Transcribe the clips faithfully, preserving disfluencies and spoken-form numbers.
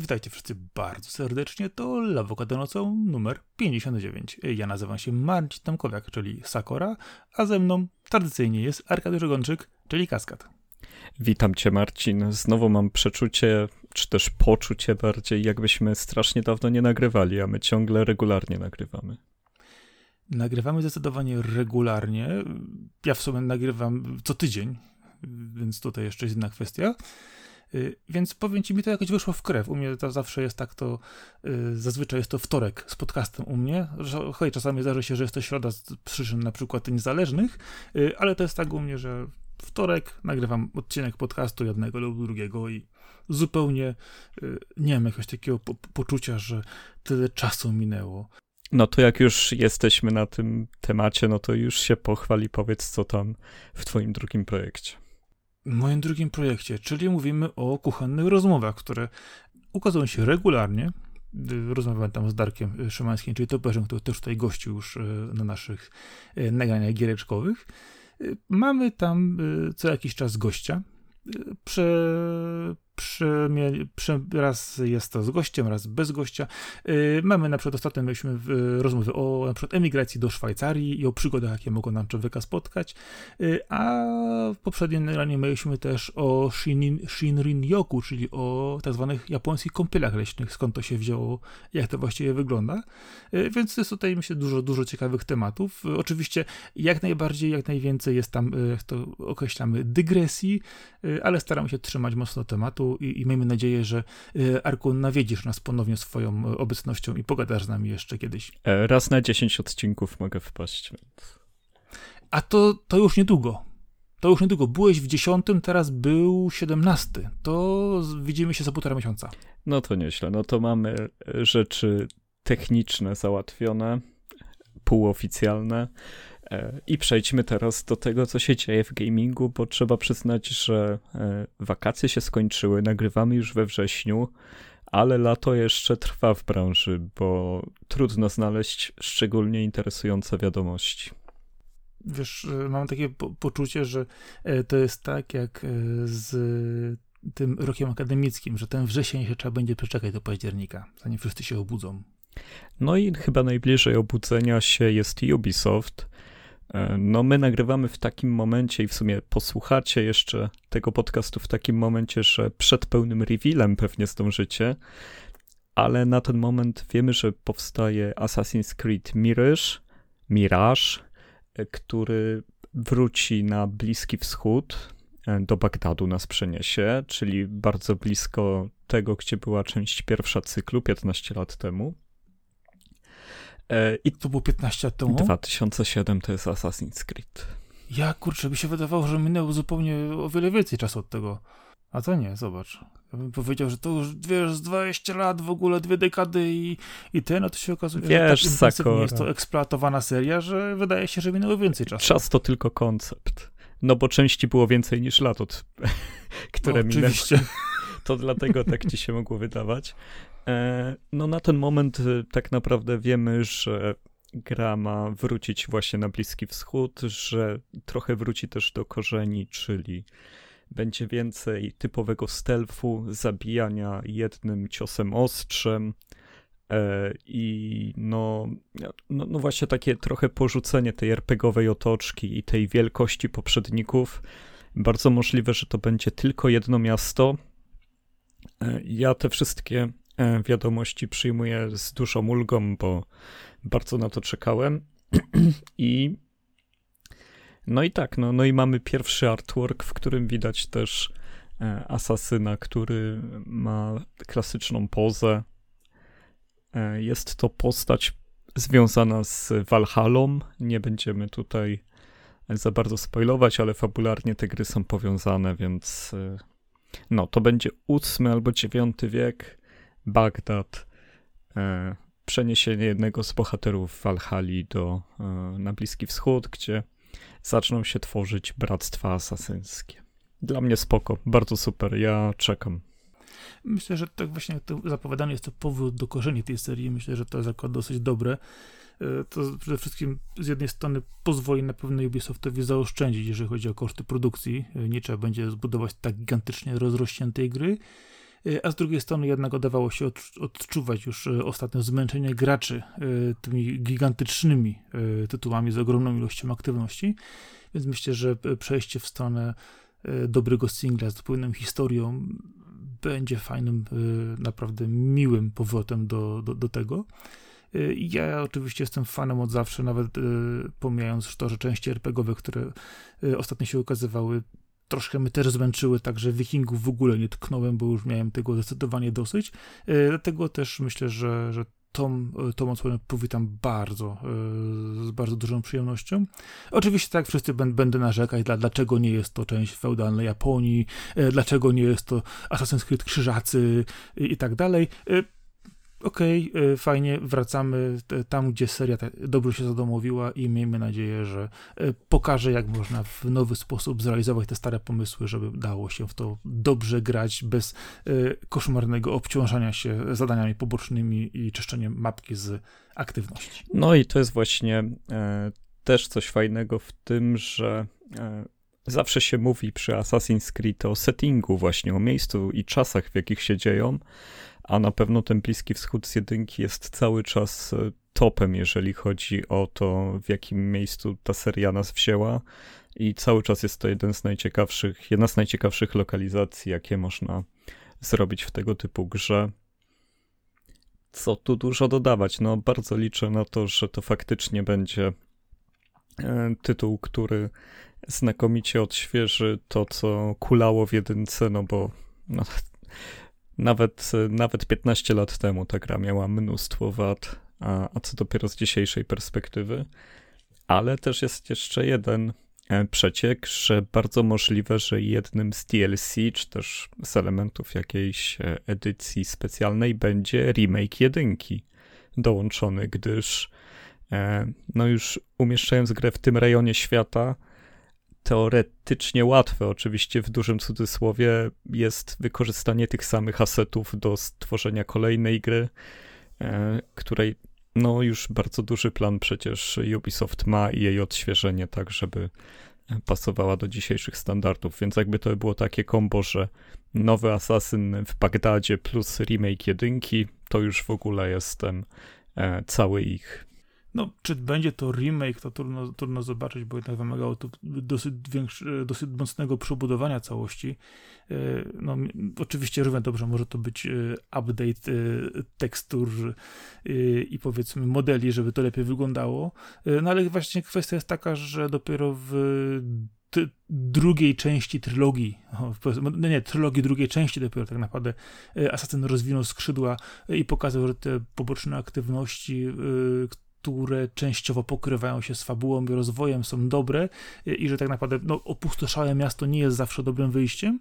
Witajcie wszyscy bardzo serdecznie, to Lawokado nocą numer pięćdziesiąt dziewięć. Ja nazywam się Marcin Tomkowiak, czyli Sakora, a ze mną tradycyjnie jest Arkadiusz Gonczyk, czyli Kaskad. Witam cię, Marcin. Znowu mam przeczucie, czy też poczucie bardziej, jakbyśmy strasznie dawno nie nagrywali, a my ciągle regularnie nagrywamy. Nagrywamy zdecydowanie regularnie. Ja w sumie nagrywam co tydzień, więc tutaj jeszcze jest inna kwestia. Więc powiem ci, mi to jakoś wyszło w krew. U mnie to zawsze jest tak, to yy, zazwyczaj jest to wtorek z podcastem u mnie. Że, hej, czasami zdarzy się, że jest to środa z przyczyn na przykład niezależnych, yy, ale to jest tak u mnie, że wtorek nagrywam odcinek podcastu jednego lub drugiego i zupełnie yy, nie mam jakiegoś takiego po- poczucia, że tyle czasu minęło. No to jak już jesteśmy na tym temacie, no to już się pochwal i powiedz, co tam w twoim drugim projekcie. W moim drugim projekcie, czyli mówimy o kuchennych rozmowach, które ukazują się regularnie. Rozmawiałem tam z Darkiem Szymańskim, czyli toperzem, który też tutaj gościł już na naszych nagraniach giereczkowych. Mamy tam co jakiś czas gościa. Prze, prze, prze, raz jest to z gościem, raz bez gościa. Yy, mamy na przykład ostatnio mieliśmy w, rozmowy o na przykład emigracji do Szwajcarii i o przygodach, jakie mogą nam człowieka spotkać. Yy, a w poprzednim nagraniu mieliśmy też o Shinin, Shinrin-yoku, czyli o tak zwanych japońskich kąpielach leśnych, skąd to się wzięło, jak to właściwie wygląda. Yy, więc jest tutaj, myślę, dużo, dużo ciekawych tematów. Yy, oczywiście jak najbardziej, jak najwięcej jest tam, yy, jak to określamy, dygresji, yy, ale staramy się trzymać mocno tematu i, i miejmy nadzieję, że y, Arku, nawiedzisz nas ponownie swoją y, obecnością i pogadasz z nami jeszcze kiedyś. Raz na dziesięć odcinków mogę wpaść. Więc... A to, to już niedługo. To już niedługo. Byłeś w dziesiątym, teraz był siedemnasty. To widzimy się za półtora miesiąca. No to nieźle. No to mamy rzeczy techniczne załatwione, półoficjalne. I przejdźmy teraz do tego, co się dzieje w gamingu, bo trzeba przyznać, że wakacje się skończyły, nagrywamy już we wrześniu, ale lato jeszcze trwa w branży, bo trudno znaleźć szczególnie interesujące wiadomości. Wiesz, mam takie po- poczucie, że to jest tak jak z tym rokiem akademickim, że ten wrzesień się trzeba będzie przeczekać do października, zanim wszyscy się obudzą. No i chyba najbliżej obudzenia się jest Ubisoft. No my nagrywamy w takim momencie i w sumie posłuchacie jeszcze tego podcastu w takim momencie, że przed pełnym revealem pewnie zdążycie, ale na ten moment wiemy, że powstaje Assassin's Creed Mirage, Mirage, który wróci na Bliski Wschód, do Bagdadu nas przeniesie, czyli bardzo blisko tego, gdzie była część pierwsza cyklu piętnaście lat temu. I to było piętnaście lat temu? dwa tysiące siedem to jest Assassin's Creed. Ja, kurczę, by się wydawało, że minęło zupełnie o wiele więcej czasu od tego. A to nie, zobacz. Ja bym powiedział, że to już, wiesz, z dwadzieścia lat, w ogóle dwie dekady i, i te, no to się okazuje, wiesz, że tak intensywnie jest to Sakura. eksploatowana seria, że wydaje się, że minęło więcej czasu. Czas to tylko koncept. No bo części było więcej niż lat, od, które no, minęły. Oczywiście. To dlatego tak ci się mogło wydawać. No na ten moment tak naprawdę wiemy, że gra ma wrócić właśnie na Bliski Wschód, że trochę wróci też do korzeni, czyli będzie więcej typowego stealthu, zabijania jednym ciosem ostrzem i no, no, no właśnie takie trochę porzucenie tej er pe gie owej otoczki i tej wielkości poprzedników. Bardzo możliwe, że to będzie tylko jedno miasto. Ja te wszystkie wiadomości przyjmuję z dużą ulgą, bo bardzo na to czekałem. I no i tak, no, no i mamy pierwszy artwork, w którym widać też asasyna, który ma klasyczną pozę. Jest to postać związana z Valhallą. Nie będziemy tutaj za bardzo spoilować, ale fabularnie te gry są powiązane, więc no, to będzie ósmy albo dziewiąty wiek, Bagdad, e, przeniesienie jednego z bohaterów Walhalli do, e, na Bliski Wschód, gdzie zaczną się tworzyć bractwa asasyńskie. Dla mnie spoko, bardzo super, ja czekam. Myślę, że tak właśnie to zapowiadanie jest to powrót do korzeni tej serii. Myślę, że to jest akurat dosyć dobre. To przede wszystkim z jednej strony pozwoli na pewno Ubisoftowi zaoszczędzić, jeżeli chodzi o koszty produkcji. Nie trzeba będzie zbudować tak gigantycznie rozrośniętej gry. a z drugiej strony jednak udawało się odczuwać już ostatnio zmęczenie graczy tymi gigantycznymi tytułami z ogromną ilością aktywności, więc myślę, że przejście w stronę dobrego singla z pełną historią będzie fajnym, naprawdę miłym powrotem do, do, do tego. Ja oczywiście jestem fanem od zawsze, nawet pomijając to, że części er pe gie owe, które ostatnio się ukazywały, troszkę mnie też zmęczyły, także Wikingów w ogóle nie tknąłem, bo już miałem tego zdecydowanie dosyć. Dlatego też myślę, że, że tą, tą odsłonę powitam bardzo, z bardzo dużą przyjemnością. Oczywiście tak, wszyscy będę narzekać, dla, dlaczego nie jest to część feudalnej Japonii, dlaczego nie jest to Assassin's Creed Krzyżacy i, i tak dalej. Okej, okay, fajnie, wracamy tam, gdzie seria dobrze się zadomowiła i miejmy nadzieję, że pokaże, jak można w nowy sposób zrealizować te stare pomysły, żeby dało się w to dobrze grać bez koszmarnego obciążania się zadaniami pobocznymi i czyszczeniem mapki z aktywności. No i to jest właśnie e, też coś fajnego w tym, że e, zawsze się mówi przy Assassin's Creed o settingu właśnie, o miejscu i czasach, w jakich się dzieją, a na pewno ten Bliski Wschód z jedynki jest cały czas topem, jeżeli chodzi o to, w jakim miejscu ta seria nas wzięła i cały czas jest to jeden z najciekawszych, jedna z najciekawszych lokalizacji, jakie można zrobić w tego typu grze. Co tu dużo dodawać? No bardzo liczę na to, że to faktycznie będzie tytuł, który znakomicie odświeży to, co kulało w jedynce, no bo no, Nawet, nawet piętnaście lat temu ta gra miała mnóstwo wad, a, a co dopiero z dzisiejszej perspektywy. Ale też jest jeszcze jeden przeciek, że bardzo możliwe, że jednym z D L C, czy też z elementów jakiejś edycji specjalnej będzie remake jedynki dołączony, gdyż no już umieszczając grę w tym rejonie świata, teoretycznie łatwe, oczywiście w dużym cudzysłowie, jest wykorzystanie tych samych asetów do stworzenia kolejnej gry, e, której no już bardzo duży plan przecież Ubisoft ma i jej odświeżenie tak, żeby pasowała do dzisiejszych standardów, więc jakby to było takie kombo, że nowy Assassin w Bagdadzie plus remake jedynki, to już w ogóle jestem e, cały ich. No, czy będzie to remake, to trudno, trudno zobaczyć, bo jednak wymagało to dosyć, większy, dosyć mocnego przebudowania całości. No, oczywiście równie dobrze może to być update tekstur i powiedzmy modeli, żeby to lepiej wyglądało. No ale właśnie kwestia jest taka, że dopiero w t- drugiej części trylogii, no nie, trylogii drugiej części dopiero tak naprawdę Assassin rozwinął skrzydła i pokazał, że te poboczne aktywności, które częściowo pokrywają się z fabułą i rozwojem, są dobre i że tak naprawdę no, opustoszałe miasto nie jest zawsze dobrym wyjściem.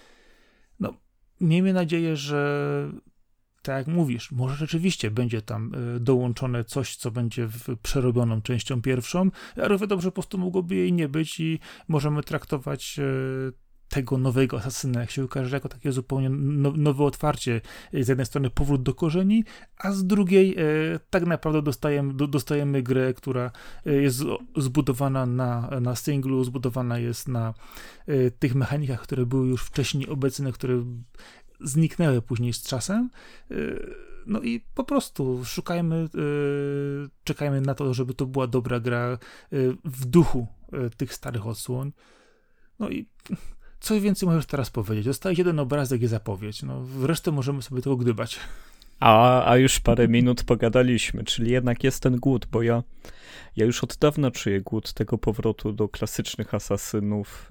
No, miejmy nadzieję, że tak jak mówisz, może rzeczywiście będzie tam dołączone coś, co będzie w przerobioną częścią pierwszą, a równie dobrze po prostu mogłoby jej nie być i możemy traktować tego nowego Asasyna, jak się ukaże, jako takie zupełnie no, nowe otwarcie. Z jednej strony powrót do korzeni, a z drugiej e, tak naprawdę dostajemy, do, dostajemy grę, która jest zbudowana na, na singlu, zbudowana jest na e, tych mechanikach, które były już wcześniej obecne, które zniknęły później z czasem. E, no i po prostu szukajmy, e, czekajmy na to, żeby to była dobra gra e, w duchu e, tych starych odsłon. No i co więcej możesz teraz powiedzieć? Zostaje jeden obrazek i zapowiedź. No, resztę możemy sobie tylko gdybać. A, a już parę minut pogadaliśmy, czyli jednak jest ten głód, bo ja, ja już od dawna czuję głód tego powrotu do klasycznych asasynów.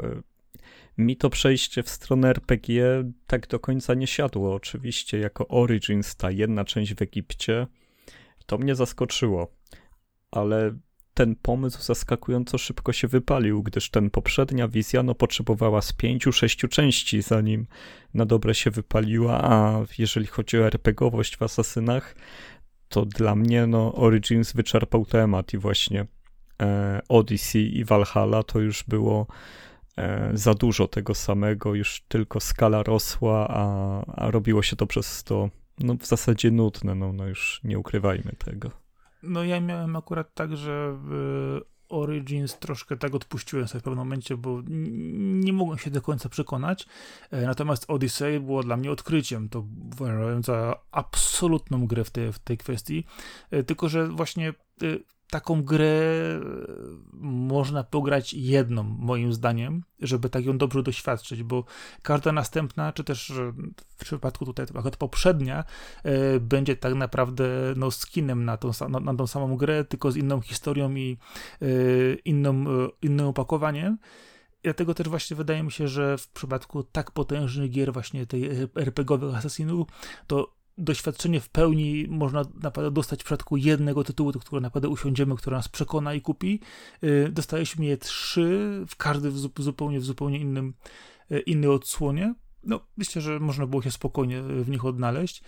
Mi to przejście w stronę er pe gie tak do końca nie siadło. Oczywiście jako Origins, ta jedna część w Egipcie, to mnie zaskoczyło. Ale ten pomysł zaskakująco szybko się wypalił, gdyż ten poprzednia wizja no, potrzebowała z pięciu, sześciu części, zanim na dobre się wypaliła, a jeżeli chodzi o er pe gie owość w Asasynach, to dla mnie no, Origins wyczerpał temat i właśnie e, Odyssey i Valhalla to już było e, za dużo tego samego, już tylko skala rosła, a, a robiło się to przez to no, w zasadzie nudne, no, no już nie ukrywajmy tego. No ja miałem akurat tak, że Origins troszkę tak odpuściłem sobie w pewnym momencie, bo nie mogłem się do końca przekonać. Natomiast Odyssey było dla mnie odkryciem. To uważałem za absolutną grę w, te, w tej kwestii. Tylko że właśnie taką grę można pograć jedną, moim zdaniem, żeby tak ją dobrze doświadczyć, bo każda następna, czy też w przypadku tutaj akurat poprzednia, e, będzie tak naprawdę no, skinem na tą, na, na tą samą grę, tylko z inną historią i e, inną, e, innym opakowaniem. Dlatego też właśnie wydaje mi się, że w przypadku tak potężnych gier właśnie tej er pe gie owych Assassinów, to doświadczenie w pełni można naprawdę dostać w przypadku jednego tytułu, do którego naprawdę usiądziemy, który nas przekona i kupi. Dostaliśmy je trzy, w każdy w zupełnie, w zupełnie innym innej odsłonie. No, myślę, że można było się spokojnie w nich odnaleźć.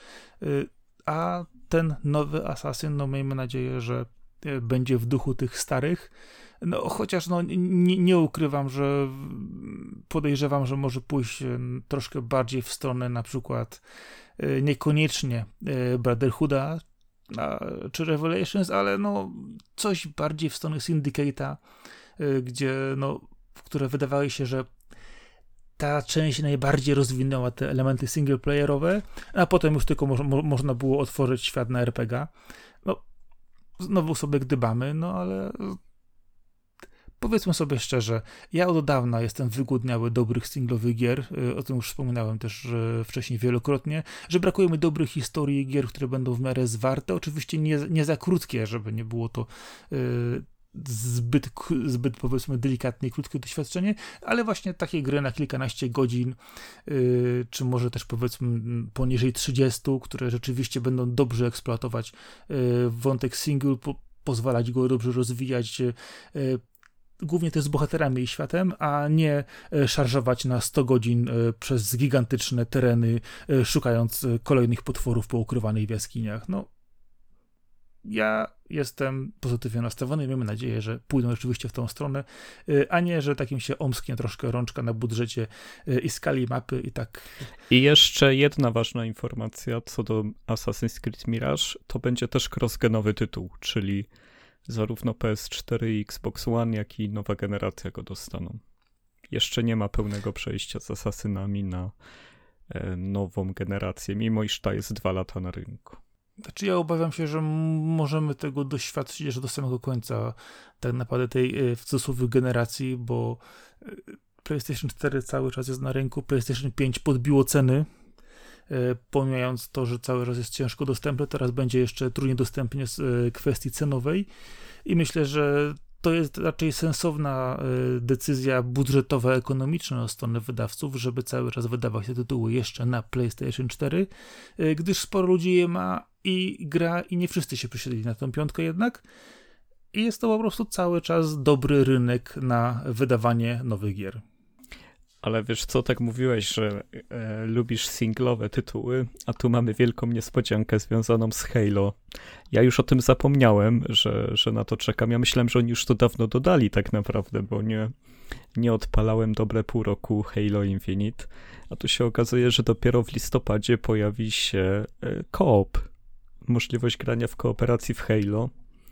A ten nowy Assassin, no miejmy nadzieję, że będzie w duchu tych starych. No, chociaż no, nie, nie ukrywam, że podejrzewam, że może pójść troszkę bardziej w stronę na przykład niekoniecznie Brotherhooda czy Revelations, ale no coś bardziej w stronę Syndicate'a, gdzie no, które wydawały się, że ta część najbardziej rozwinęła te elementy singleplayerowe, a potem już tylko mo- mo- można było otworzyć świat na er pe gie. No, znowu sobie gdybamy, no ale powiedzmy sobie szczerze, ja od dawna jestem wygłodniały dobrych singlowych gier, o tym już wspominałem też wcześniej wielokrotnie, że brakuje mi dobrych historii gier, które będą w miarę zwarte, oczywiście nie, nie za krótkie, żeby nie było to yy, zbyt, zbyt powiedzmy delikatnie krótkie doświadczenie, ale właśnie takie gry na kilkanaście godzin, yy, czy może też powiedzmy poniżej trzydziestu, które rzeczywiście będą dobrze eksploatować yy, wątek single, po, pozwalać go dobrze rozwijać, yy, głównie też z bohaterami i światem, a nie szarżować na sto godzin przez gigantyczne tereny, szukając kolejnych potworów poukrywanych w jaskiniach. No, ja jestem pozytywnie nastawiony i mamy nadzieję, że pójdą rzeczywiście w tą stronę, a nie, że takim się omsknie troszkę rączka na budżecie i skali mapy i tak. I jeszcze jedna ważna informacja co do Assassin's Creed Mirage, to będzie też cross-genowy tytuł, czyli zarówno P S cztery i Xbox One, jak i nowa generacja go dostaną. Jeszcze nie ma pełnego przejścia z Asasynami na e, nową generację, mimo iż ta jest dwa lata na rynku. Znaczy ja obawiam się, że m- możemy tego doświadczyć że do samego końca tak naprawdę tej e, w cudzysłowie generacji, bo e, PlayStation cztery cały czas jest na rynku, PlayStation pięć podbiło ceny, e, pomijając to, że cały czas jest ciężko dostępny, teraz będzie jeszcze trudniej dostępnie z e, kwestii cenowej i myślę, że to jest raczej sensowna y, decyzja budżetowa, ekonomiczna od strony wydawców, żeby cały czas wydawać te tytuły jeszcze na PlayStation cztery, y, gdyż sporo ludzi je ma i gra i nie wszyscy się przesiedli na tę piątkę jednak. I jest to po prostu cały czas dobry rynek na wydawanie nowych gier. Ale wiesz co, tak mówiłeś, że e, lubisz singlowe tytuły, a tu mamy wielką niespodziankę związaną z Halo. Ja już o tym zapomniałem, że, że na to czekam. Ja myślałem, że oni już to dawno dodali tak naprawdę, bo nie, nie odpalałem dobre pół roku Halo Infinite, a tu się okazuje, że dopiero w listopadzie pojawi się e, koop. Możliwość grania w kooperacji w Halo.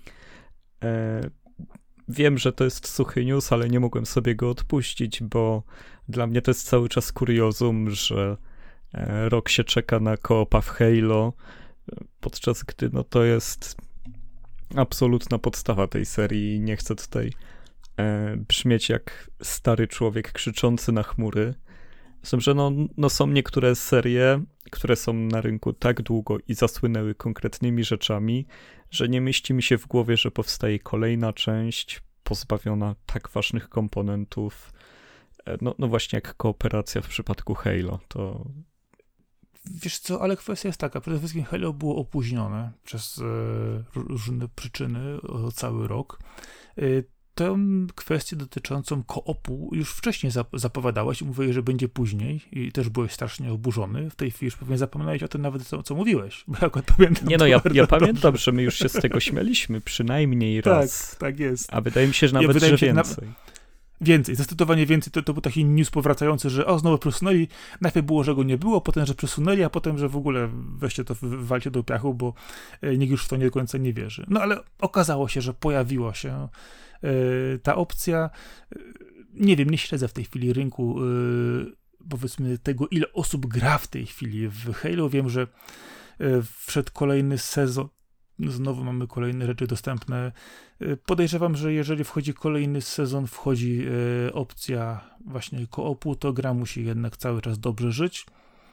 E, Wiem, że to jest suchy news, ale nie mogłem sobie go odpuścić, bo dla mnie to jest cały czas kuriozum, że rok się czeka na koopa w Halo, podczas gdy no to jest absolutna podstawa tej serii i nie chcę tutaj e, brzmieć jak stary człowiek krzyczący na chmury. Zresztą, że no, no są niektóre serie, które są na rynku tak długo i zasłynęły konkretnymi rzeczami, że nie mieści mi się w głowie, że powstaje kolejna część pozbawiona tak ważnych komponentów, no, no właśnie jak kooperacja w przypadku Halo. To... Wiesz co, ale kwestia jest taka, przede wszystkim Halo było opóźnione przez e, różne przyczyny o cały rok. E, Tę kwestię dotyczącą koopu już wcześniej zapowiadałeś i mówiłeś, że będzie później i też byłeś strasznie oburzony. W tej chwili już pewnie zapomniałeś o tym nawet, co, co mówiłeś. Bo ja pamiętam Nie no, ja, ja pamiętam, że my już się z tego śmialiśmy, przynajmniej raz. Tak, tak jest. A wydaje mi się, że nawet, ja, że więcej. Na... Więcej, zdecydowanie więcej. To, to był taki news powracający, że o, znowu przesunęli. Najpierw było, że go nie było, potem, że przesunęli, a potem, że w ogóle weźcie to, walcie do piachu, bo nikt już w to nie do końca nie wierzy. No ale okazało się, że pojawiła się y, ta opcja. Nie wiem, nie śledzę w tej chwili rynku y, powiedzmy tego, ile osób gra w tej chwili w Halo. Wiem, że y, wszedł kolejny sezon. Znowu mamy kolejne rzeczy dostępne. Podejrzewam, że jeżeli wchodzi kolejny sezon, wchodzi e, opcja właśnie koopu, to gra musi jednak cały czas dobrze żyć.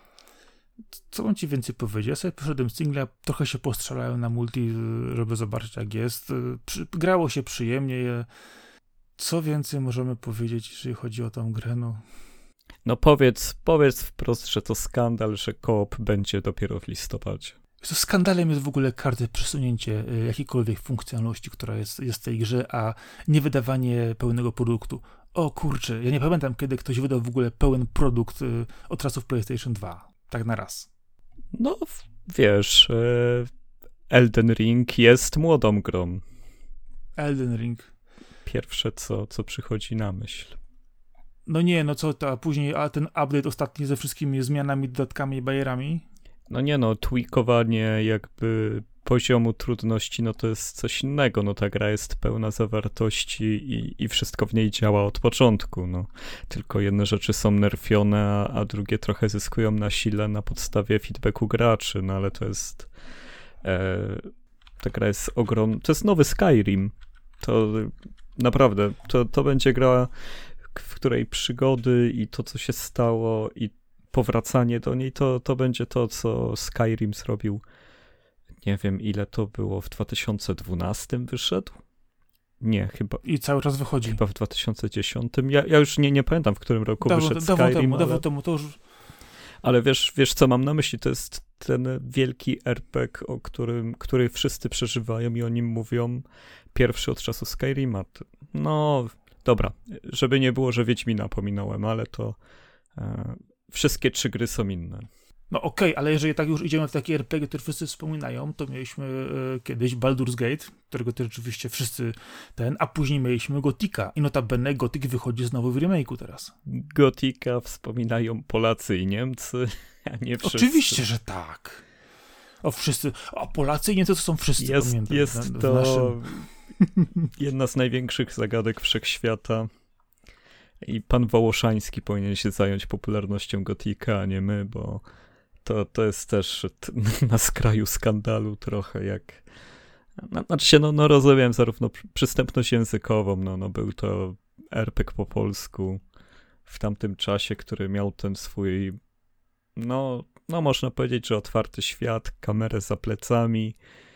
Co mam ci więcej powiedzieć? Ja sobie poszedłem singla, trochę się postrzelałem na multi, żeby zobaczyć jak jest. Przy, grało się przyjemnie. Co więcej możemy powiedzieć, jeżeli chodzi o tą grę? No, no powiedz, powiedz wprost, że to skandal, że koop będzie dopiero w listopadzie. Skandalem jest w ogóle każde przesunięcie jakiejkolwiek funkcjonalności, która jest, jest w tej grze, a nie wydawanie pełnego produktu. O kurczę, ja nie pamiętam, kiedy ktoś wydał w ogóle pełen produkt od czasów PlayStation dwa. Tak na raz. No, wiesz, Elden Ring jest młodą grą. Elden Ring. Pierwsze, co, co przychodzi na myśl. No nie, no co to, a później a ten update ostatni ze wszystkimi zmianami, dodatkami i bajerami? No nie no, tweakowanie jakby poziomu trudności, no to jest coś innego, no ta gra jest pełna zawartości i, i wszystko w niej działa od początku, no. Tylko jedne rzeczy są nerfione, a, a drugie trochę zyskują na sile na podstawie feedbacku graczy, no ale to jest e, ta gra jest ogromna, to jest nowy Skyrim, to naprawdę, to, to będzie gra, w której przygody i to, co się stało i powracanie do niej, to, to będzie to, co Skyrim zrobił. Nie wiem, ile to było, w dwa tysiące dwunastym wyszedł? Nie, chyba. I cały czas wychodzi. Chyba w dwa tysiące dziesiątym. Ja, ja już nie, nie pamiętam, w którym roku dawo, wyszedł dawo Skyrim. Temu, ale... dawo temu, to już... ale wiesz, wiesz, co mam na myśli? To jest ten wielki er pe gie, o którym, który wszyscy przeżywają i o nim mówią. Pierwszy od czasu Skyrima. No, dobra. Żeby nie było, że Wiedźmina pominąłem, ale to... E... Wszystkie trzy gry są inne. No okej, okay, ale jeżeli tak już idziemy w takie er pe gie, które wszyscy wspominają, to mieliśmy e, kiedyś Baldur's Gate, którego też rzeczywiście wszyscy ten, a później mieliśmy Gotika. I notabene Gothic wychodzi znowu w remake'u teraz. Gotika wspominają Polacy i Niemcy, a nie wszyscy. Oczywiście, że tak. O wszyscy, a Polacy i Niemcy to są wszyscy, jest, pamiętam. Jest na, to naszym... jedna z największych zagadek wszechświata. I pan Wołoszański powinien się zająć popularnością Gotika, a nie my, bo to, to jest też t- na skraju skandalu trochę, jak... No, znaczy się, no, no rozumiem zarówno przystępność językową, no, no był to er pe gie po polsku w tamtym czasie, który miał ten swój, no, no można powiedzieć, że otwarty świat, kamerę za plecami,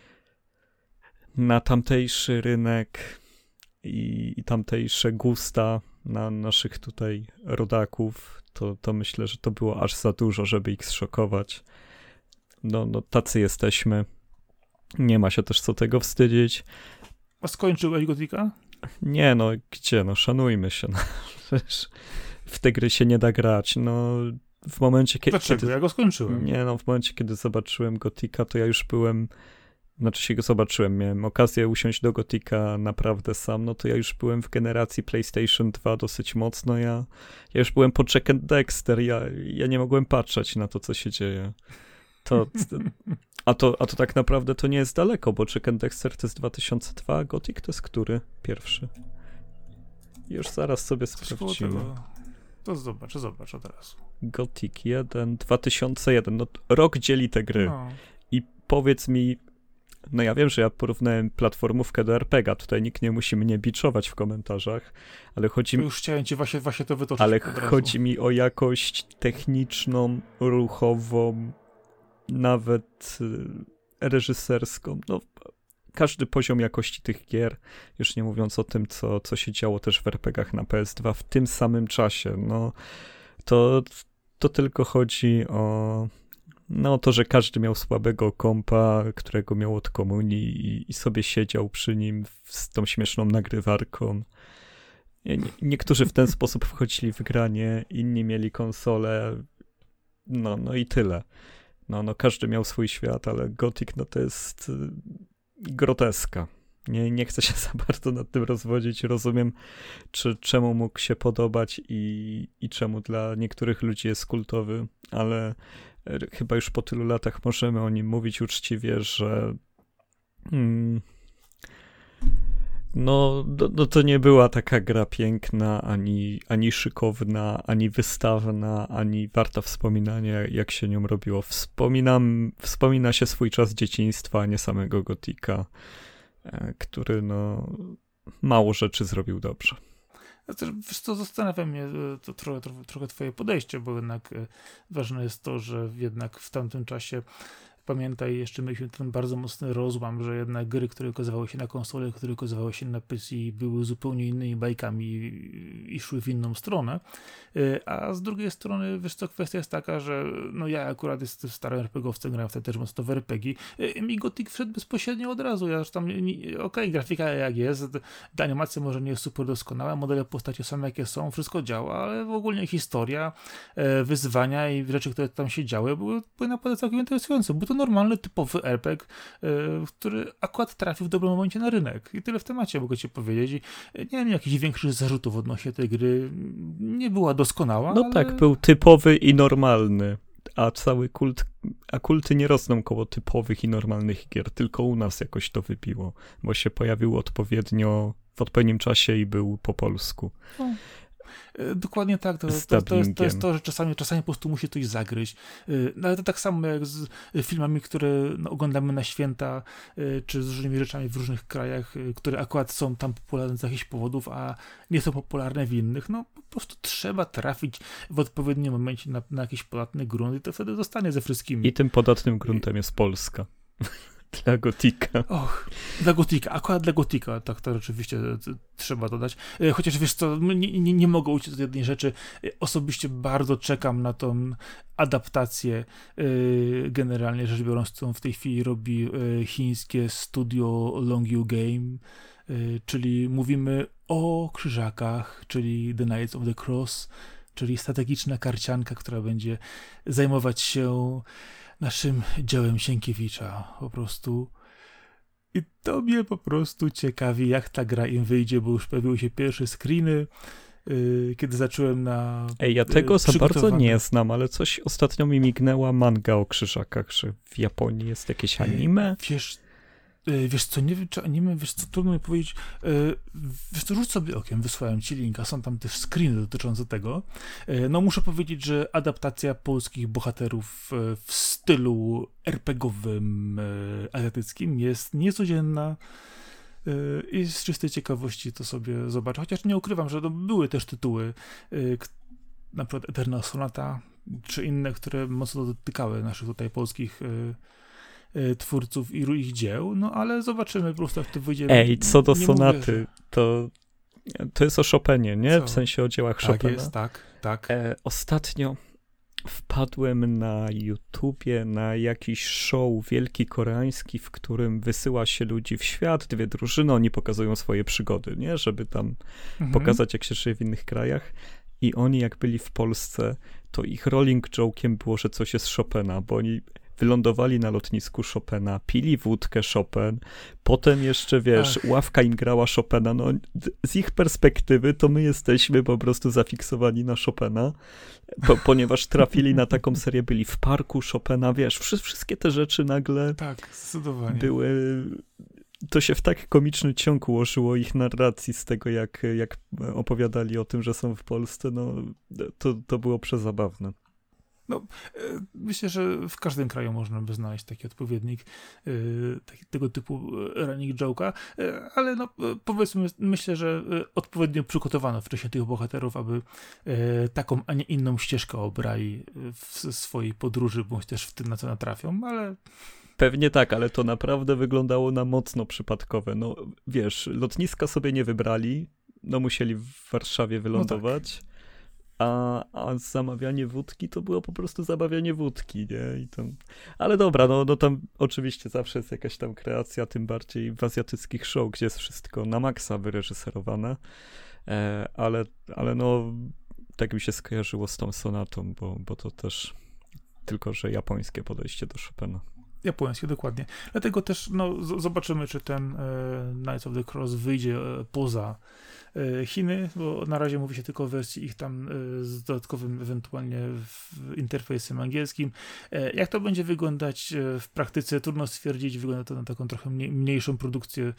na tamtejszy rynek i, i tamtejsze gusta na naszych tutaj rodaków, to, to myślę, że to było aż za dużo, żeby ich zszokować. No, no tacy jesteśmy. Nie ma się też co tego wstydzić. A skończyłeś Gotika? Nie, no gdzie, no szanujmy się. No, w te gry się nie da grać. No w momencie, kiedy... Dlaczego? kiedy... Ja go skończyłem. Nie, no w momencie, kiedy zobaczyłem Gotika, to ja już byłem... Znaczy się go zobaczyłem, miałem okazję usiąść do Gotika naprawdę sam, no to ja już byłem w generacji PlayStation dwa dosyć mocno, ja, ja już byłem po Jack and Dexter, ja, ja nie mogłem patrzeć na to, co się dzieje. To, a, to, a to tak naprawdę to nie jest daleko, bo Jack and Dexter to jest dwa tysiące dwa, a Gothic to jest który? Pierwszy. Już zaraz sobie sprawdzimy. To zobacz, zobacz od razu. Gothic jeden, dwa tysiące jeden, no rok dzieli te gry. No. I powiedz mi, no ja wiem, że ja porównałem platformówkę do er pe gie, tutaj nikt nie musi mnie biczować w komentarzach, ale chodzi mi... Już chciałem ci właśnie, właśnie to wytoczyć. Ale chodzi mi o jakość techniczną, ruchową, nawet y, reżyserską. No, każdy poziom jakości tych gier, już nie mówiąc o tym, co, co się działo też w er pe gach na pe es dwa w tym samym czasie, no to, to tylko chodzi o... No to, że każdy miał słabego kompa, którego miał od komunii i, i sobie siedział przy nim z tą śmieszną nagrywarką. Nie, nie, niektórzy w ten sposób wchodzili w granie, inni mieli konsolę. No, no i tyle. No, no każdy miał swój świat, ale Gothic no to jest groteska. Nie, nie chcę się za bardzo nad tym rozwodzić. Rozumiem, czy, czemu mógł się podobać i, i czemu dla niektórych ludzi jest kultowy, ale chyba już po tylu latach możemy o nim mówić uczciwie, że hmm, no, no, no to nie była taka gra piękna, ani, ani szykowna, ani wystawna, ani warta wspominania, jak się nią robiło. Wspominam, wspomina się swój czas dzieciństwa, a nie samego Gotika, który no mało rzeczy zrobił dobrze. Wiesz co, zastanawia mnie to trochę, trochę, trochę twoje podejście, bo jednak ważne jest to, że jednak w tamtym czasie, pamiętaj, jeszcze mieliśmy ten bardzo mocny rozłam, że jednak gry, które ukazywały się na konsole, które ukazywały się na P C, były zupełnie innymi bajkami i szły w inną stronę. A z drugiej strony, wiesz co, kwestia jest taka, że no ja akurat jestem starym RPGowcem, grałem wtedy też mocno w R P G. Mi Gothic wszedł bezpośrednio od razu. Ja tam, okej, okay, grafika jak jest, ta animacja może nie jest super doskonała, modele postaci są jakie są, wszystko działa, ale w ogóle historia, wyzwania i rzeczy, które tam się działy, były, były naprawdę całkiem interesujące. Był to normalny, typowy R P G, który akurat trafił w dobrym momencie na rynek. I tyle w temacie mogę ci powiedzieć. I nie wiem, jakichś większych zarzutów odnośnie tej gry. Nie była doskonała, No ale... tak, był typowy i normalny, a cały kult, a kulty nie rosną koło typowych i normalnych gier, tylko u nas jakoś to wybiło, bo się pojawił odpowiednio, w odpowiednim czasie i był po polsku. No. Dokładnie tak, to, to, to, jest, to jest to, że czasami, czasami po prostu musi coś zagryźć. No, ale to tak samo jak z filmami, które no, oglądamy na święta, czy z różnymi rzeczami w różnych krajach, które akurat są tam popularne z jakichś powodów, a nie są popularne w innych. No po prostu trzeba trafić w odpowiednim momencie na, na jakiś podatny grunt i to wtedy zostanie ze wszystkimi. I tym podatnym gruntem jest Polska. Dla Gotika. Och, dla Gotika, akurat dla Gotika, tak to rzeczywiście trzeba dodać. Chociaż wiesz co, nie, nie, nie mogę uciec od jednej rzeczy. Osobiście bardzo czekam na tą adaptację, generalnie rzecz biorąc, którą w tej chwili robi chińskie studio Longyou Game, czyli mówimy o krzyżakach, czyli The Knights of the Cross, czyli strategiczna karcianka, która będzie zajmować się naszym dziełem Sienkiewicza, po prostu. I to mnie po prostu ciekawi, jak ta gra im wyjdzie, bo już pojawiły się pierwsze screeny, yy, kiedy zacząłem na... Ej, ja tego yy, za bardzo nie znam, ale coś ostatnio mi mignęła manga o krzyżakach, że w Japonii jest jakieś anime. Wiesz, Wiesz co, nie wiem, czy anime, wiesz co, trudno mi powiedzieć, wiesz co, rzuć sobie okiem, wysłałem ci linka, są tam też screeny dotyczące tego. No muszę powiedzieć, że adaptacja polskich bohaterów w stylu RPGowym, azjatyckim jest niecodzienna i z czystej ciekawości to sobie zobaczę, chociaż nie ukrywam, że to były też tytuły, na przykład Eternal Sonata, czy inne, które mocno dotykały naszych tutaj polskich twórców i ich dzieł, no ale zobaczymy po prostu, jak to wyjdzie. Ej, co do nie sonaty, mówię, że... to, to jest o Chopinie, nie? Co? W sensie o dziełach tak Chopina. Jest, tak, tak. E, ostatnio wpadłem na YouTubie na jakiś show wielki koreański, w którym wysyła się ludzi w świat, dwie drużyny, oni pokazują swoje przygody, nie? Żeby tam mhm. pokazać, jak się żyje w innych krajach. I oni, jak byli w Polsce, to ich rolling joke'iem było, że coś jest Chopina, bo oni wylądowali na lotnisku Chopina, pili wódkę Chopin, potem jeszcze, wiesz, Ach. ławka im grała Chopina. No, z ich perspektywy to my jesteśmy po prostu zafiksowani na Chopina, po, ponieważ trafili na taką serię, byli w parku Chopina, wiesz, wszy, wszystkie te rzeczy nagle tak, zdecydowanie. były... To się w tak komiczny ciąg ułożyło ich narracji z tego, jak, jak opowiadali o tym, że są w Polsce, no to, to było przezabawne. No, myślę, że w każdym kraju można by znaleźć taki odpowiednik yy, taki, tego typu running joke'a, yy, ale no, powiedzmy, myślę, że odpowiednio przygotowano wcześniej tych bohaterów, aby yy, taką, a nie inną ścieżkę obrali w swojej podróży, bądź też w tym, na co natrafią, ale... Pewnie tak, ale to naprawdę wyglądało na mocno przypadkowe. No, wiesz, lotniska sobie nie wybrali, no musieli w Warszawie wylądować. No tak. A, a zamawianie wódki to było po prostu zamawianie wódki, nie? I tam... Ale dobra, no, no tam oczywiście zawsze jest jakaś tam kreacja, tym bardziej w azjatyckich show, gdzie jest wszystko na maksa wyreżyserowane, e, ale, ale no tak mi się skojarzyło z tą sonatą, bo, bo to też tylko, że japońskie podejście do Chopina. Japońskie, dokładnie. Dlatego też no, z- zobaczymy, czy ten e, Knights of the Cross wyjdzie e, poza e, Chiny, bo na razie mówi się tylko o wersji ich tam e, z dodatkowym ewentualnie w interfejsem angielskim. E, jak to będzie wyglądać e, w praktyce, trudno stwierdzić. Wygląda to na taką trochę mniej, mniejszą produkcję.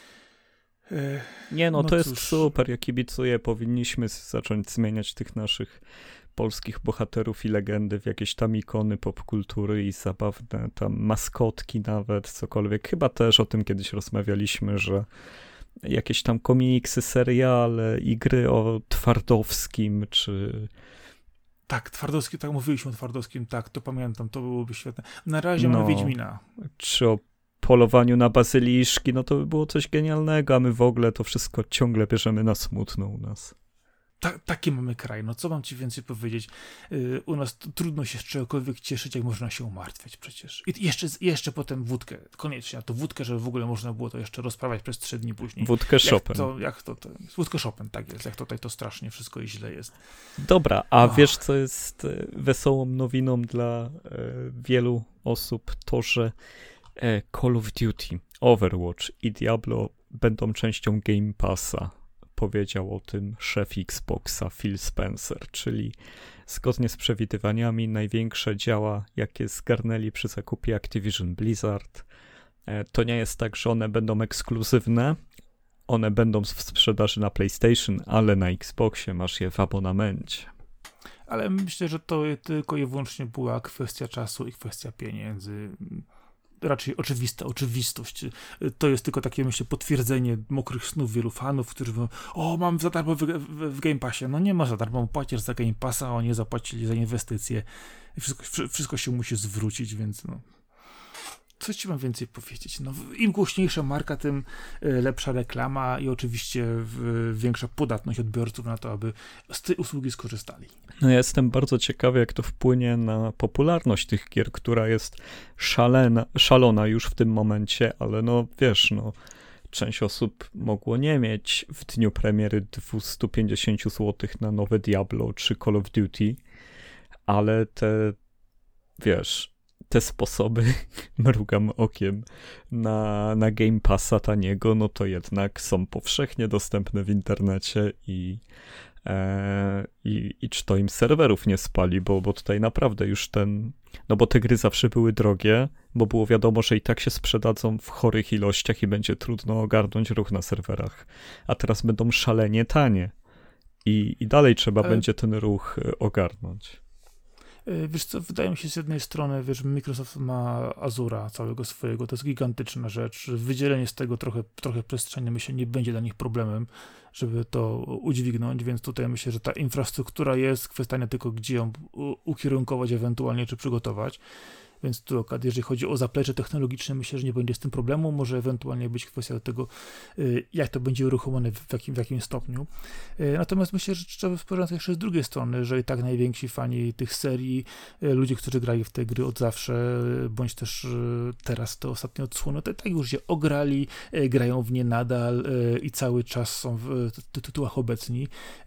E, Nie no, no to jest cóż. super, ja kibicuję, powinniśmy zacząć zmieniać tych naszych polskich bohaterów i legendy w jakieś tam ikony popkultury i zabawne tam maskotki nawet, cokolwiek. Chyba też o tym kiedyś rozmawialiśmy, że jakieś tam komiksy, seriale i gry o Twardowskim, czy... Tak, Twardowski, tak mówiliśmy o Twardowskim, tak, to pamiętam, to byłoby świetne. Na razie No. mamy Wiedźmina. czy o polowaniu na bazyliszki, no to by było coś genialnego, a my w ogóle to wszystko ciągle bierzemy na smutno u nas. Ta, taki mamy kraj, no co mam ci więcej powiedzieć? Yy, u nas t- trudno się z czegokolwiek cieszyć, jak można się umartwiać przecież. I jeszcze, jeszcze potem wódkę, koniecznie, a to wódkę, żeby w ogóle można było to jeszcze rozprawiać przez trzy dni później. Wódkę Jak Chopin. to, jak to, to wódkę Chopin, tak jest, jak tutaj to strasznie wszystko i źle jest. Dobra, a Och. wiesz, co jest e, wesołą nowiną dla e, wielu osób? To, że e, Call of Duty, Overwatch i Diablo będą częścią Game Passa. Powiedział o tym szef Xboxa Phil Spencer, czyli zgodnie z przewidywaniami największe działa, jakie zgarnęli przy zakupie Activision Blizzard. E, to nie jest tak, że one będą ekskluzywne, one będą w sprzedaży na PlayStation, ale na Xboxie masz je w abonamencie. Ale myślę, że to tylko i wyłącznie była kwestia czasu i kwestia pieniędzy. Raczej oczywista oczywistość. To jest tylko takie, myślę, potwierdzenie mokrych snów wielu fanów, którzy mówią, o, mam za darmo w, w, w Game Passie. No nie ma za darmo, płacisz za Game Passa, a oni zapłacili za inwestycje. I wszystko, wszystko się musi zwrócić, więc no... Co ci mam więcej powiedzieć? No, im głośniejsza marka, tym lepsza reklama i oczywiście większa podatność odbiorców na to, aby z tej usługi skorzystali. No ja jestem bardzo ciekawy, jak to wpłynie na popularność tych gier, która jest szalena, szalona już w tym momencie, ale no wiesz, no część osób mogło nie mieć w dniu premiery dwieście pięćdziesiąt złotych na nowe Diablo czy Call of Duty, ale te, wiesz... te sposoby, mrugam okiem, na, na Game Passa taniego, no to jednak są powszechnie dostępne w internecie i, e, i, i czy to im serwerów nie spali, bo, bo tutaj naprawdę już ten, no bo te gry zawsze były drogie, bo było wiadomo, że i tak się sprzedadzą w chorych ilościach i będzie trudno ogarnąć ruch na serwerach, a teraz będą szalenie tanie i, i dalej trzeba Ale... będzie ten ruch ogarnąć. Wiesz co, wydaje mi się z jednej strony, wiesz, Microsoft ma Azura całego swojego, to jest gigantyczna rzecz, wydzielenie z tego trochę, trochę przestrzeni, myślę, nie będzie dla nich problemem, żeby to udźwignąć, więc tutaj myślę, że ta infrastruktura jest, kwestia nie tylko gdzie ją ukierunkować ewentualnie, czy przygotować, więc tu akurat, jeżeli chodzi o zaplecze technologiczne, myślę, że nie będzie z tym problemu, może ewentualnie być kwestia do tego, jak to będzie uruchomione, w jakim, w jakim stopniu. Natomiast myślę, że trzeba spojrzeć jeszcze z drugiej strony, że i tak najwięksi fani tych serii, ludzie, którzy grali w te gry od zawsze, bądź też teraz te ostatnie odsłony, to tak już się ograli, grają w nie nadal i cały czas są w tytułach obecni.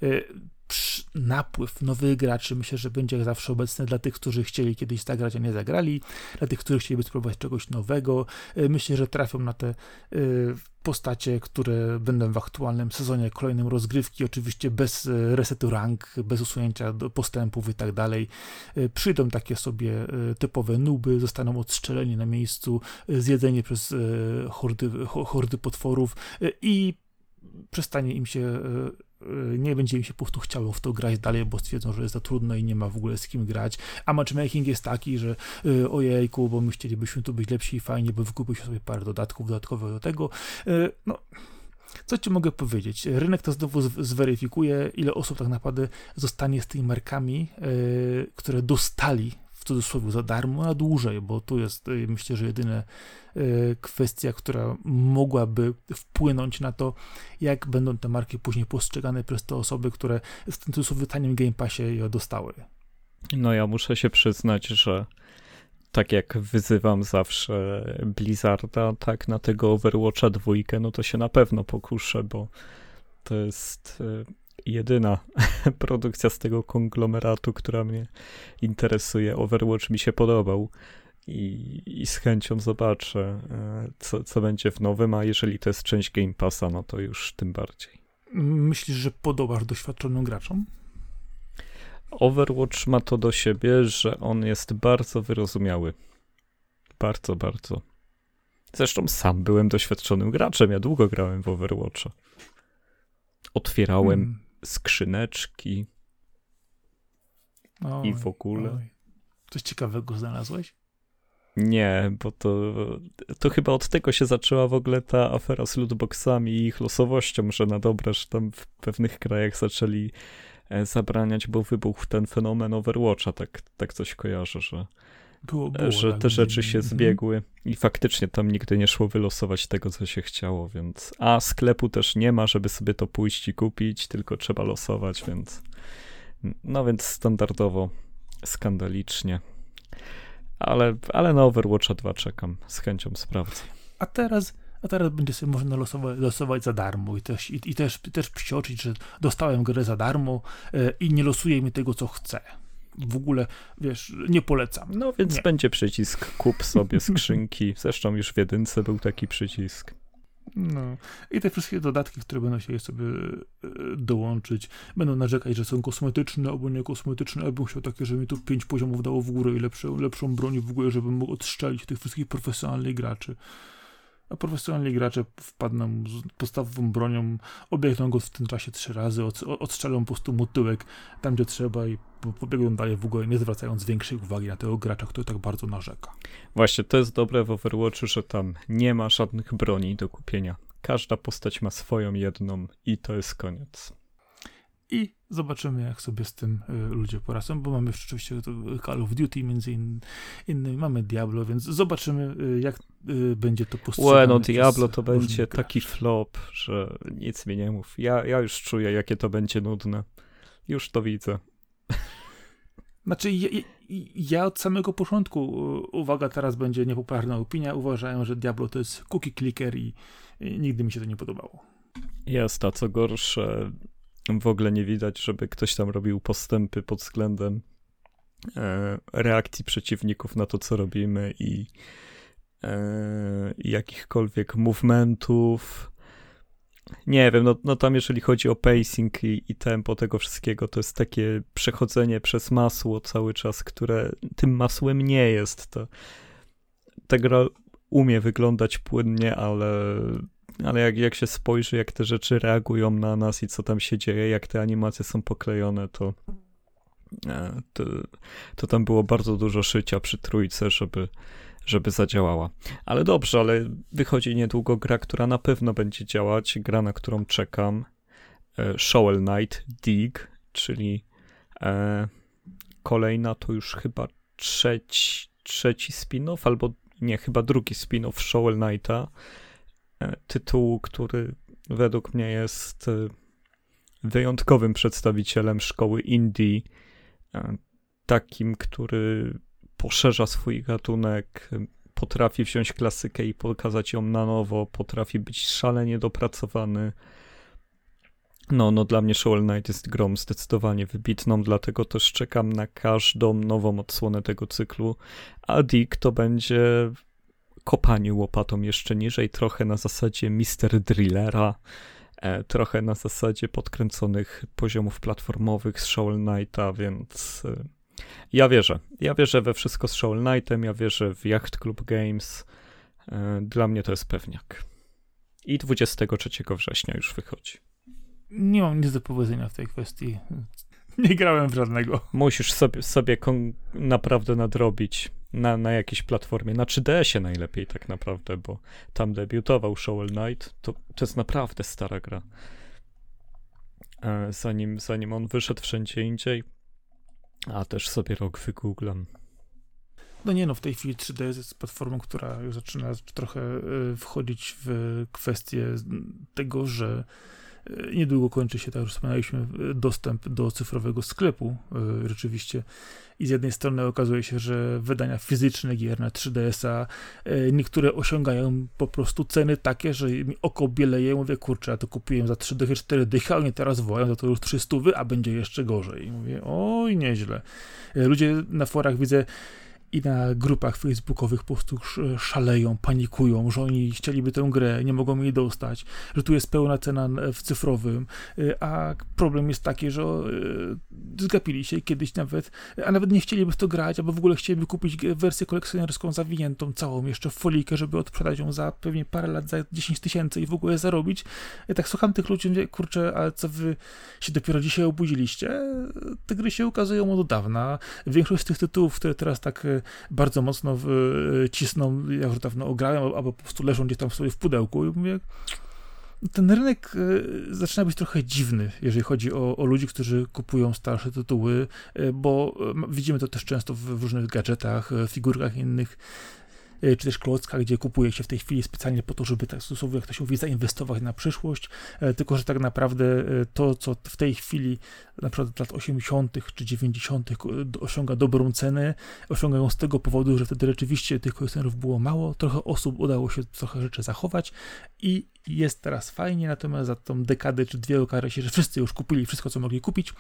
Napływ nowych graczy myślę, że będzie jak zawsze obecny dla tych, którzy chcieli kiedyś zagrać, a nie zagrali, dla tych, którzy chcieliby spróbować czegoś nowego. Myślę, że trafią na te postacie, które będą w aktualnym sezonie, kolejnym rozgrywki, oczywiście bez resetu rank, bez usunięcia postępów i tak dalej. Przyjdą takie sobie typowe nuby, zostaną odstrzeleni na miejscu, zjedzeni przez hordy, hordy potworów i przestanie im się nie będzie im się po prostu chciało w to grać dalej, bo stwierdzą, że jest za trudno i nie ma w ogóle z kim grać. A matchmaking jest taki, że y, ojejku, bo my chcielibyśmy tu być lepsi i fajnie, bo wykupić sobie parę dodatków dodatkowych do tego. Y, no, co ci mogę powiedzieć? Rynek to znowu z- zweryfikuje, ile osób tak naprawdę zostanie z tymi markami, y, które dostali w cudzysłowie za darmo, na dłużej, bo tu jest, y, myślę, że jedyna y, kwestia, która mogłaby wpłynąć na to, jak będą te marki później postrzegane przez te osoby, które w tym cudzysłowie tanim Game Passie je dostały. No ja muszę się przyznać, że tak jak wyzywam zawsze Blizzarda, tak na tego Overwatcha dwójkę, no to się na pewno pokuszę, bo to jest y, jedyna produkcja z tego konglomeratu, która mnie interesuje. Overwatch mi się podobał. i, i z chęcią zobaczę, co, co będzie w nowym, a jeżeli to jest część Game Passa, no to już tym bardziej. Myślisz, że podobasz doświadczonym graczom? Overwatch ma to do siebie, że on jest bardzo wyrozumiały. Bardzo, bardzo. Zresztą sam byłem doświadczonym graczem, ja długo grałem w Overwatcha. Otwierałem hmm. skrzyneczki oj, i w ogóle. Oj. Coś ciekawego znalazłeś? Nie, bo to, to chyba od tego się zaczęła w ogóle ta afera z lootboxami i ich losowością, że na dobre, że tam w pewnych krajach zaczęli zabraniać, bo wybuchł ten fenomen Overwatcha, tak, tak coś kojarzę, że, było, było, że tak, te rzeczy się zbiegły i faktycznie tam nigdy nie szło wylosować tego, co się chciało, więc a sklepu też nie ma, żeby sobie to pójść i kupić, tylko trzeba losować, więc no więc standardowo, skandalicznie. Ale, ale na Overwatcha dwa czekam, z chęcią sprawdzę. A teraz, a teraz będzie sobie można losować, losować za darmo i też, i, i też, też psioczyć, że dostałem grę za darmo yy, i nie losuję mi tego, co chcę. W ogóle, wiesz, nie polecam. No więc nie. będzie przycisk kup sobie skrzynki. Zresztą już w jedynce był taki przycisk. No i te wszystkie dodatki, które będą się sobie dołączyć, będą narzekać, że są kosmetyczne albo niekosmetyczne, albo chciał takie, że mi tu pięć poziomów dało w górę i lepszą, lepszą broń w ogóle, żebym mógł odstrzelić tych wszystkich profesjonalnych graczy. A profesjonalni gracze wpadną z podstawową bronią, obiegną go w tym czasie trzy razy, od, odstrzelą po prostu mu tyłek tam, gdzie trzeba i pobiegną dalej w ogóle, nie zwracając większej uwagi na tego gracza, który tak bardzo narzeka. Właśnie, to jest dobre w Overwatchu, że tam nie ma żadnych broni do kupienia. Każda postać ma swoją jedną i to jest koniec. I zobaczymy, jak sobie z tym y, ludzie poradzą, bo mamy już oczywiście Call of Duty między in, innymi, mamy Diablo, więc zobaczymy, y, jak y, będzie to postrzegane. Łe, no Diablo to będzie taki flop, że nic mi nie mów. Ja, ja już czuję, jakie to będzie nudne. Już to widzę. Znaczy, ja, ja od samego początku, uwaga, teraz będzie niepopularna opinia, uważałem, że Diablo to jest cookie clicker i, i nigdy mi się to nie podobało. Jest, a co gorsze, w ogóle nie widać, żeby ktoś tam robił postępy pod względem e, reakcji przeciwników na to, co robimy i e, jakichkolwiek movementów. Nie wiem, no, no tam jeżeli chodzi o pacing i, i tempo tego wszystkiego, to jest takie przechodzenie przez masło cały czas, które tym masłem nie jest. To, ta gra umie wyglądać płynnie, ale... Ale jak, jak się spojrzy, jak te rzeczy reagują na nas i co tam się dzieje, jak te animacje są poklejone, to, to, to tam było bardzo dużo szycia przy trójce, żeby, żeby zadziałała. Ale dobrze, ale wychodzi niedługo gra, która na pewno będzie działać, gra, na którą czekam. Shovel Knight Dig, czyli e, kolejna to już chyba trzeci, trzeci spin-off, albo nie, chyba drugi spin-off Shovel Knighta. Tytułu, który według mnie jest wyjątkowym przedstawicielem szkoły indie, takim, który poszerza swój gatunek, potrafi wziąć klasykę i pokazać ją na nowo, potrafi być szalenie dopracowany. No, no dla mnie Shovel Knight jest grą zdecydowanie wybitną, dlatego też czekam na każdą nową odsłonę tego cyklu, a Dig to będzie kopanie łopatą jeszcze niżej, trochę na zasadzie mister Drillera, e, trochę na zasadzie podkręconych poziomów platformowych z Shovel Knighta, więc e, ja wierzę. Ja wierzę we wszystko z Shovel Knightem, ja wierzę w Yacht Club Games. E, dla mnie to jest pewniak. I dwudziestego trzeciego września już wychodzi. Nie mam nic do powiedzenia w tej kwestii. Nie grałem w żadnego. Musisz sobie, sobie kon- naprawdę nadrobić na, na jakiejś platformie, na trzy D S ie najlepiej tak naprawdę, bo tam debiutował Shovel Knight, to, to jest naprawdę stara gra. E, zanim, zanim on wyszedł wszędzie indziej, a też sobie rok wygooglam. No nie no, w tej chwili trzy D S jest platformą, która już zaczyna trochę wchodzić w kwestię tego, że niedługo kończy się, tak jak już wspomnieliśmy, dostęp do cyfrowego sklepu yy, rzeczywiście i z jednej strony okazuje się, że wydania fizyczne gier na trzy D S a yy, niektóre osiągają po prostu ceny takie, że mi oko bieleje, mówię, kurczę, ja to kupiłem za trzy dychy, cztery dychy, a oni teraz wołają za to już trzy stówy, a będzie jeszcze gorzej. I mówię, oj, nieźle. Yy, ludzie na forach widzę i na grupach facebookowych po prostu szaleją, panikują, że oni chcieliby tę grę, nie mogą jej dostać, że tu jest pełna cena w cyfrowym, a problem jest taki, że zgapili się kiedyś nawet, a nawet nie chcieliby w to grać, albo w ogóle chcieliby kupić wersję kolekcjonerską zawiniętą całą jeszcze w folikę, żeby odprzedać ją za pewnie parę lat, za dziesięć tysięcy i w ogóle zarobić. Ja tak słucham tych ludzi, mówię, kurczę, ale co wy się dopiero dzisiaj obudziliście? Te gry się ukazują od dawna. Większość z tych tytułów, które teraz tak bardzo mocno w, cisną, ja już dawno ograłem, albo po prostu leżą gdzieś tam sobie w pudełku i mówię, ten rynek zaczyna być trochę dziwny, jeżeli chodzi o, o ludzi, którzy kupują starsze tytuły, bo widzimy to też często w różnych gadżetach, figurkach innych, czy też klockach, gdzie kupuje się w tej chwili specjalnie po to, żeby tak stosunkowo, jak to się mówi, zainwestować na przyszłość, tylko że tak naprawdę to, co w tej chwili na przykład w lat osiemdziesiątych czy dziewięćdziesiątych osiąga dobrą cenę, osiągają z tego powodu, że wtedy rzeczywiście tych kolekcjonerów było mało, trochę osób udało się trochę rzeczy zachować i jest teraz fajnie, natomiast za tą dekadę czy dwie okaże się, że wszyscy już kupili wszystko, co mogli kupić,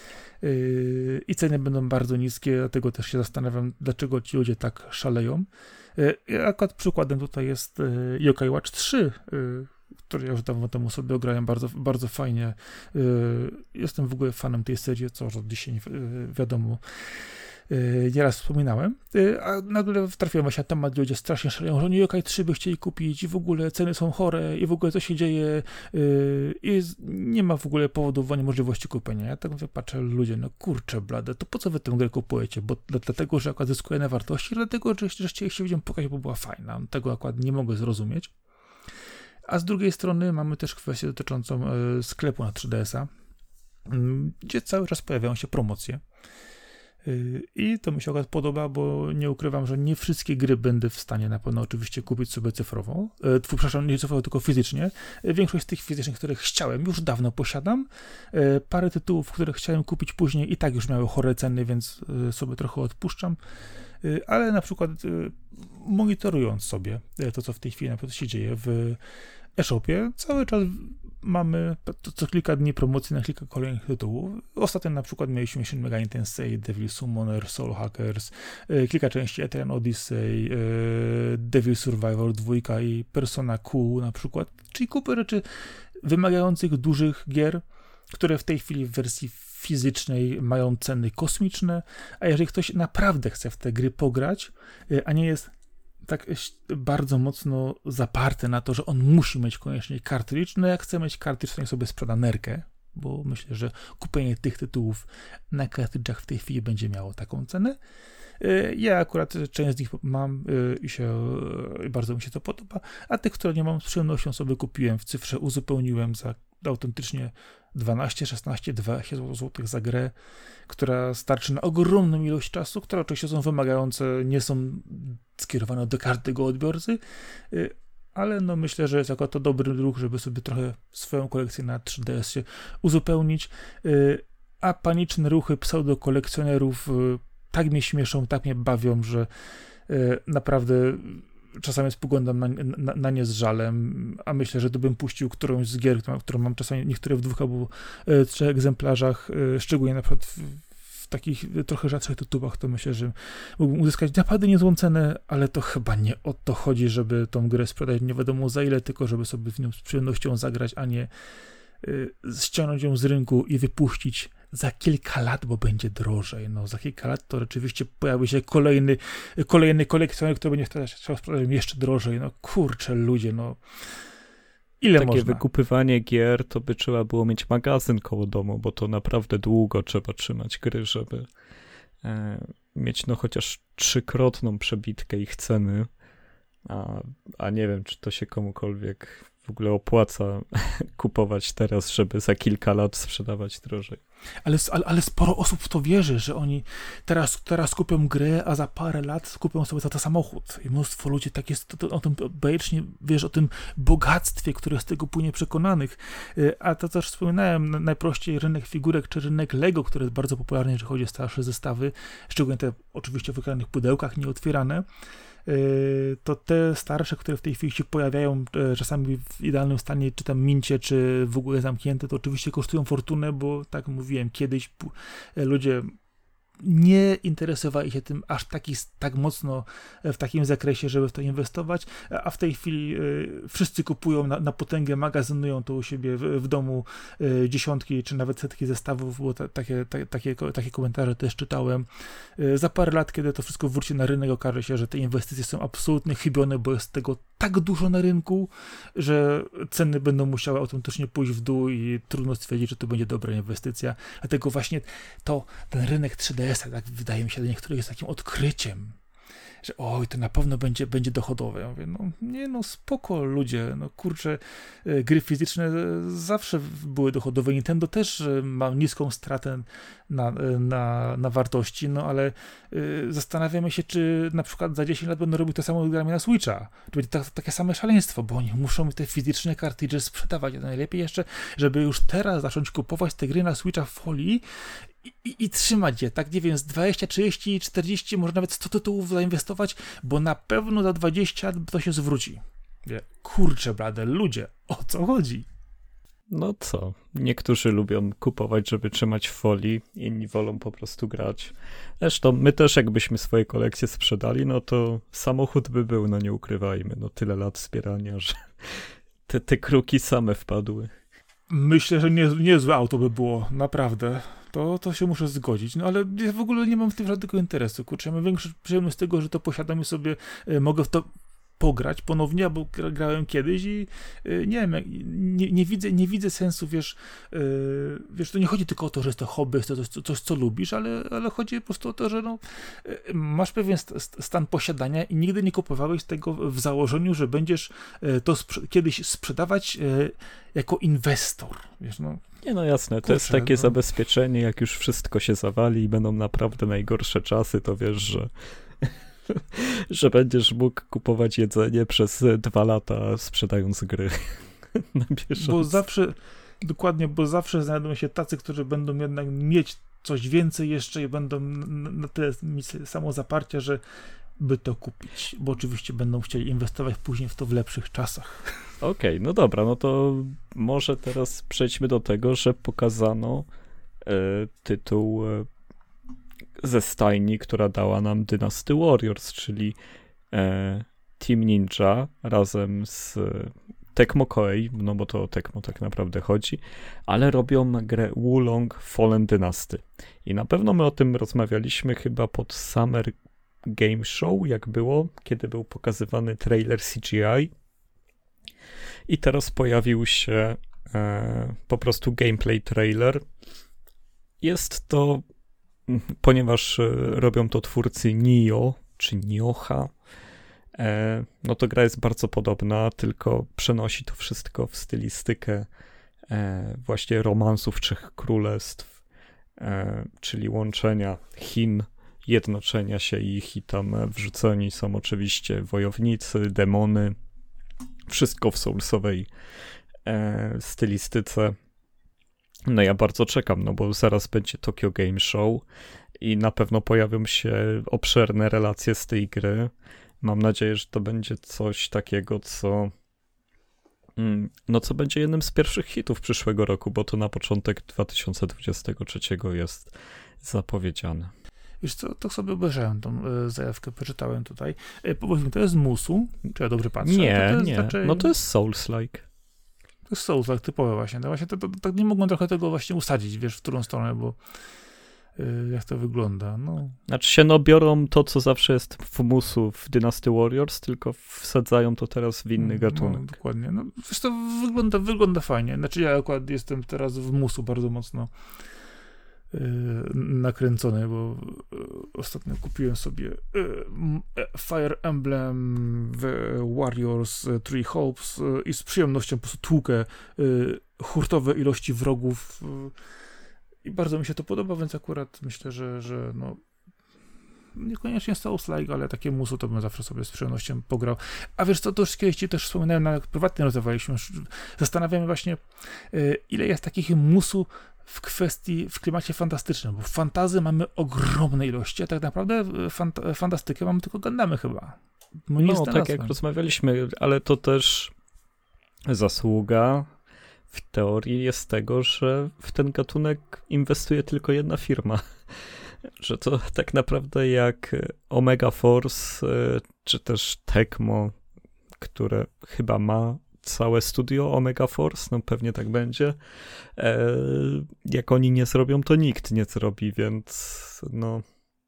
i ceny będą bardzo niskie, dlatego też się zastanawiam, dlaczego ci ludzie tak szaleją. Akurat przykładem tutaj jest Yokai Watch trzy, który ja już dawno temu sobie ograłem bardzo, bardzo fajnie. Jestem w ogóle fanem tej serii, co już od dzisiaj wiadomo, nieraz wspominałem, a nagle trafiłem właśnie na temat, ludzie strasznie szaleją, że oni Yokai trzy by chcieli kupić i w ogóle ceny są chore i w ogóle co się dzieje i nie ma w ogóle powodów ani możliwości kupienia. Ja tak mówię, patrzę, ludzie, no kurczę blade, to po co wy tę grę kupujecie? Bo dlatego, że akurat zyskuje na wartości, dlatego, że, że chcieliście ludziom pokazać, bo była fajna. Tego akurat nie mogę zrozumieć. A z drugiej strony mamy też kwestię dotyczącą sklepu na trzy D S a, gdzie cały czas pojawiają się promocje. I to mi się akurat podoba, bo nie ukrywam, że nie wszystkie gry będę w stanie na pewno oczywiście kupić sobie cyfrowo. E, przepraszam, nie cyfrowo, tylko fizycznie. E, większość z tych fizycznych, które chciałem, już dawno posiadam. E, parę tytułów, które chciałem kupić później i tak już miały chore ceny, więc e, sobie trochę odpuszczam. E, ale na przykład e, monitorując sobie e, to, co w tej chwili na przykład się dzieje w e-shopie, cały czas mamy to, co kilka dni promocji na kilka kolejnych tytułów. Ostatnio na przykład mieliśmy Shin Megami Tensei, Devil Summoner, Soul Hackers, e, kilka części Etrian Odyssey, e, Devil Survivor dwa i Persona Q na przykład, czyli kupę rzeczy wymagających dużych gier, które w tej chwili w wersji fizycznej mają ceny kosmiczne, a jeżeli ktoś naprawdę chce w te gry pograć, e, a nie jest tak bardzo mocno zaparty na to, że on musi mieć koniecznie cartridge. No jak chce mieć cartridge, to niech sobie sprzeda nerkę, bo myślę, że kupienie tych tytułów na cartridge'ach w tej chwili będzie miało taką cenę. Ja akurat część z nich mam i się, bardzo mi się to podoba, a tych, które nie mam, z przyjemnością sobie kupiłem w cyfrze, uzupełniłem za autentycznie dwanaście, szesnaście, dwanaście złotych za grę, która starczy na ogromną ilość czasu, które oczywiście są wymagające, nie są skierowane do każdego odbiorcy, ale no myślę, że jest jako to dobry ruch, żeby sobie trochę swoją kolekcję na trzy D S ie uzupełnić, a paniczne ruchy pseudo-kolekcjonerów tak mnie śmieszą, tak mnie bawią, że naprawdę czasami spoglądam na, na, na nie z żalem, a myślę, że to bym puścił którąś z gier, którą mam czasami niektóre w dwóch albo e, trzech egzemplarzach, e, szczególnie na przykład w, w takich trochę rzadszych tytułach, to myślę, że mógłbym uzyskać naprawdę niezłą cenę, ale to chyba nie o to chodzi, żeby tą grę sprzedać nie wiadomo za ile, tylko żeby sobie w nią z przyjemnością zagrać, a nie e, ściągnąć ją z rynku i wypuścić za kilka lat, bo będzie drożej. No, za kilka lat to rzeczywiście pojawi się kolejny, kolejny kolekcjoner, który będzie chciał sprzedać jeszcze drożej. No kurczę, ludzie, no ile Takie można? Takie wykupywanie gier, to by trzeba było mieć magazyn koło domu, bo to naprawdę długo trzeba trzymać gry, żeby e, mieć no chociaż trzykrotną przebitkę ich ceny, a, a nie wiem, czy to się komukolwiek w ogóle opłaca kupować teraz, żeby za kilka lat sprzedawać drożej. Ale, ale, ale sporo osób w to wierzy, że oni teraz, teraz kupią grę, a za parę lat kupią sobie za to samochód. I mnóstwo ludzi tak jest to, to, o tym bajecznie, wiesz, o tym bogactwie, które z tego płynie przekonanych. A to też wspominałem, najprościej rynek figurek czy rynek Lego, który jest bardzo popularny, jeżeli chodzi o starsze zestawy, szczególnie te oczywiście w wykranych pudełkach nieotwierane. To te starsze, które w tej chwili się pojawiają, czasami w idealnym stanie, czy tam mincie, czy w ogóle zamknięte, to oczywiście kosztują fortunę, bo tak mówiłem, kiedyś ludzie nie interesowali się tym aż taki, tak mocno w takim zakresie, żeby w to inwestować, a w tej chwili y, wszyscy kupują na, na potęgę, magazynują to u siebie w, w domu y, dziesiątki czy nawet setki zestawów, bo ta, takie, ta, takie, takie komentarze też czytałem. Y, za parę lat, kiedy to wszystko wróci na rynek, okaże się, że te inwestycje są absolutnie chybione, bo jest tego tak dużo na rynku, że ceny będą musiały automatycznie pójść w dół i trudno stwierdzić, że to będzie dobra inwestycja. Dlatego właśnie to, ten rynek trzy D S, tak wydaje mi się, dla niektórych jest takim odkryciem, że oj, to na pewno będzie, będzie dochodowe. Ja mówię, no nie, no spoko ludzie, no kurczę, gry fizyczne zawsze były dochodowe. Nintendo też ma niską stratę na, na, na wartości, no ale y, zastanawiamy się, czy na przykład za dziesięć lat będą robić to samo z grami na Switcha. Czy będzie tak, takie same szaleństwo, bo oni muszą te fizyczne kartridże sprzedawać. Najlepiej jeszcze, żeby już teraz zacząć kupować te gry na Switcha w folii I, i, i trzymać je, tak nie wiem, z dwadzieścia, trzydzieści, czterdzieści, może nawet sto tytułów zainwestować, bo na pewno za dwadzieścia lat to się zwróci. Wie, kurczę blade, ludzie, o co chodzi? No co, niektórzy lubią kupować, żeby trzymać w folii, inni wolą po prostu grać. Zresztą my też jakbyśmy swoje kolekcje sprzedali, no to samochód by był, no nie ukrywajmy, no tyle lat zbierania, że te, te kruki same wpadły. Myślę, że nie, niezłe auto by było, naprawdę. To, to się muszę zgodzić. No ale ja w ogóle nie mam w tym żadnego interesu. Kurczę, ja mam większą przyjemność z tego, że to posiadam i sobie y, mogę w to pograć ponownie, bo grałem kiedyś i y, nie wiem, nie, nie, widzę, nie widzę sensu, wiesz, y, wiesz, to nie chodzi tylko o to, że jest to hobby, jest to coś, coś co lubisz, ale, ale chodzi po prostu o to, że no, y, masz pewien st- stan posiadania i nigdy nie kupowałeś tego w założeniu, że będziesz y, to sprze- kiedyś sprzedawać y, jako inwestor, wiesz, no. Nie, no jasne, to Kurczę, jest takie no. zabezpieczenie, jak już wszystko się zawali i będą naprawdę najgorsze czasy, to wiesz, że że będziesz mógł kupować jedzenie przez dwa lata sprzedając gry na bieżąco. Bo zawsze, dokładnie, bo zawsze znajdą się tacy, którzy będą jednak mieć coś więcej jeszcze i będą na tyle mieć samozaparcia, że by to kupić, bo oczywiście będą chcieli inwestować później w to w lepszych czasach. Okej, okay, no dobra, no to może teraz przejdźmy do tego, że pokazano e, tytuł e, ze stajni, która dała nam Dynasty Warriors, czyli e, Team Ninja razem z Tecmo Koei, no bo to o Tecmo tak naprawdę chodzi, ale robią grę Wulong Fallen Dynasty. I na pewno my o tym rozmawialiśmy chyba pod Summer Game Show, jak było, kiedy był pokazywany trailer C G I. I teraz pojawił się e, po prostu gameplay trailer. Jest to, ponieważ e, robią to twórcy Nioh, czy Nioha, e, no to gra jest bardzo podobna, tylko przenosi to wszystko w stylistykę e, właśnie romansów Trzech Królestw, e, czyli łączenia Chin, jednoczenia się ich i tam wrzuceni są oczywiście wojownicy, demony, wszystko w soulsowej e, stylistyce. No ja bardzo czekam, no bo zaraz będzie Tokyo Game Show i na pewno pojawią się obszerne relacje z tej gry. Mam nadzieję, że to będzie coś takiego, co mm, no co będzie jednym z pierwszych hitów przyszłego roku, bo to na początek dwa tysiące dwudziestego trzeciego jest zapowiedziane. Wiesz co, to sobie obejrzałem tą y, zajawkę, poczytałem tutaj. Y, powiedz mi, to jest Musu? Czy ja dobrze patrzę? Nie, to to jest nie, raczej... no to jest Souls-like. To jest Souls-like typowe właśnie. No właśnie to, to, to, tak nie mogą trochę tego właśnie usadzić, wiesz, w którą stronę, bo y, jak to wygląda, no. Znaczy się, no biorą to, co zawsze jest w Musu w Dynasty Warriors, tylko wsadzają to teraz w inny gatunek. No, dokładnie. No, wiesz, to wygląda, wygląda fajnie. Znaczy ja akurat jestem teraz w Musu bardzo mocno nakręcony, bo ostatnio kupiłem sobie Fire Emblem Warriors Three Hopes i z przyjemnością po prostu tłukę hurtowe ilości wrogów i bardzo mi się to podoba, więc akurat myślę, że, że no niekoniecznie Souls-like, ale takie Musu to bym zawsze sobie z przyjemnością pograł. A wiesz co, to już kiedyś ci też wspominałem, nawet prywatnie rozmawialiśmy, zastanawiamy właśnie, ile jest takich Musu w kwestii, w klimacie fantastycznym, bo fantazy mamy ogromne ilości, a tak naprawdę fant- fantastykę mamy tylko Gundamy chyba. No, no tak jak rozmawialiśmy, ale to też zasługa w teorii jest tego, że w ten gatunek inwestuje tylko jedna firma. Że to tak naprawdę jak Omega Force, czy też Tecmo, które chyba ma całe studio Omega Force, no pewnie tak będzie. Jak oni nie zrobią, to nikt nie zrobi, więc no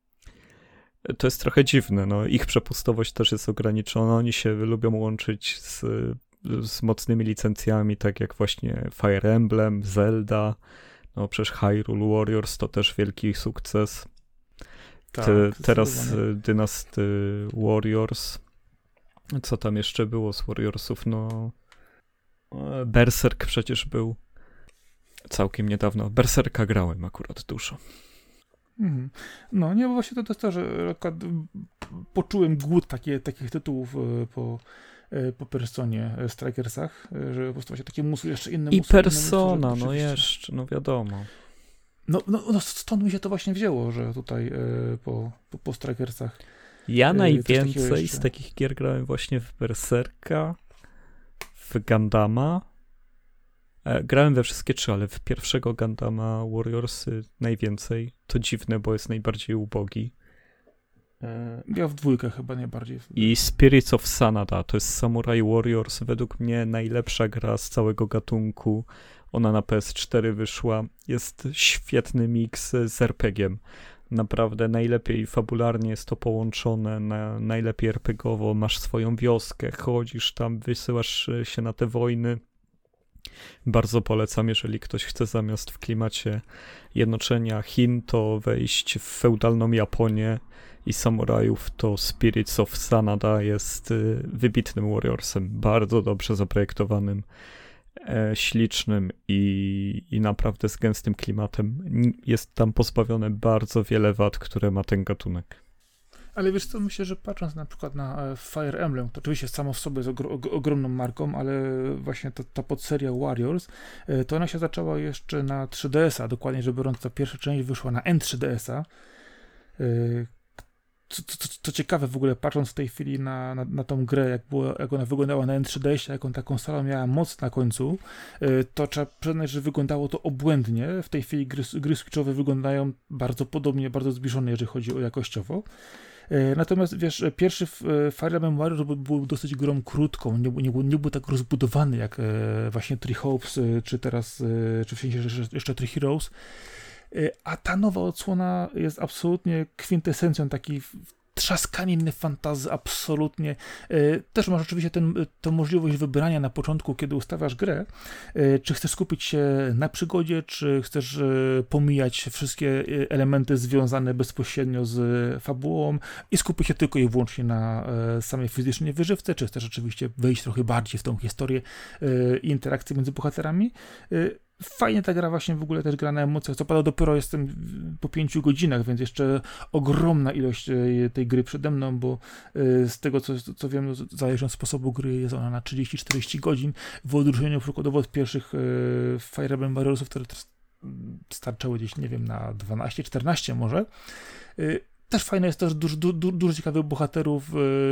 to jest trochę dziwne. No. Ich przepustowość też jest ograniczona. Oni się lubią łączyć z, z mocnymi licencjami, tak jak właśnie Fire Emblem, Zelda, no przecież Hyrule Warriors to też wielki sukces. Tak, Te, teraz Dynasty Warriors. Co tam jeszcze było z Warriorsów? No Berserk przecież był całkiem niedawno. Berserka grałem akurat dużo. Mhm. No nie, bo właśnie to, to jest to, że akurat poczułem głód takie, takich tytułów po, po Personie Strikersach, że po prostu właśnie takie musy, jeszcze inne musy. I Persona, musy, no jeszcze, no wiadomo. No, no, no stąd mi się to właśnie wzięło, że tutaj po, po, po Strikersach. Ja najwięcej z takich gier grałem właśnie w Berserka, w Gundama. Grałem we wszystkie trzy, ale w pierwszego Gundama Warriorsy najwięcej. To dziwne, bo jest najbardziej ubogi. Ja w dwójkę chyba najbardziej. I Spirits of Sanada, to jest Samurai Warriors, według mnie najlepsza gra z całego gatunku. Ona na P S cztery wyszła. Jest świetny miks z er pe gie em. Naprawdę najlepiej fabularnie jest to połączone, na, najlepiej er pe gie owo. Masz swoją wioskę, chodzisz tam, wysyłasz się na te wojny. Bardzo polecam, jeżeli ktoś chce zamiast w klimacie jednoczenia Chin, to wejść w feudalną Japonię i samurajów, to Spirits of Sanada jest wybitnym Warriorsem, bardzo dobrze zaprojektowanym, e, ślicznym i, i naprawdę z gęstym klimatem. Jest tam pozbawione bardzo wiele wad, które ma ten gatunek. Ale wiesz co, myślę, że patrząc na przykład na Fire Emblem, to oczywiście samo w sobie jest ogr- ogromną marką, ale właśnie ta, ta podseria Warriors, to ona się zaczęła jeszcze na trzy D S a, dokładnie rzecz biorąc, ta pierwsza część wyszła na N trzy D S a. Co, co, co ciekawe, w ogóle patrząc w tej chwili na, na, na tą grę, jak, było, jak ona wyglądała na N trzy D S a, jaką ta konsola miała moc na końcu, to trzeba przyznać, że wyglądało to obłędnie. W tej chwili gry, gry switchowe wyglądają bardzo podobnie, bardzo zbliżone, jeżeli chodzi o jakościowo. Natomiast wiesz, pierwszy Fire Emblem Warriors był, był dosyć grą krótką, nie, nie, nie był tak rozbudowany jak właśnie Three Hopes, czy teraz, czy w sensie jeszcze, jeszcze Three Heroes, a ta nowa odsłona jest absolutnie kwintesencją takiej trzaskaninny fantazy, absolutnie. Też masz oczywiście ten, tę możliwość wybrania na początku, kiedy ustawiasz grę, czy chcesz skupić się na przygodzie, czy chcesz pomijać wszystkie elementy związane bezpośrednio z fabułą i skupić się tylko i wyłącznie na samej fizycznej wyżywce, czy chcesz rzeczywiście wejść trochę bardziej w tą historię i interakcję między bohaterami. Fajnie ta gra właśnie w ogóle też gra na emocjach. Co prawda dopiero jestem po pięciu godzinach, więc jeszcze ogromna ilość tej gry przede mną, bo z tego co, co wiem, zależnie od sposobu gry, jest ona na trzydzieści czterdzieści godzin, w odróżnieniu przykładowo od pierwszych Fire Emblem Warriorsów, które starczały gdzieś, nie wiem, na dwanaście czternaście może. Też fajne jest to, że dużo, dużo, dużo ciekawych bohaterów,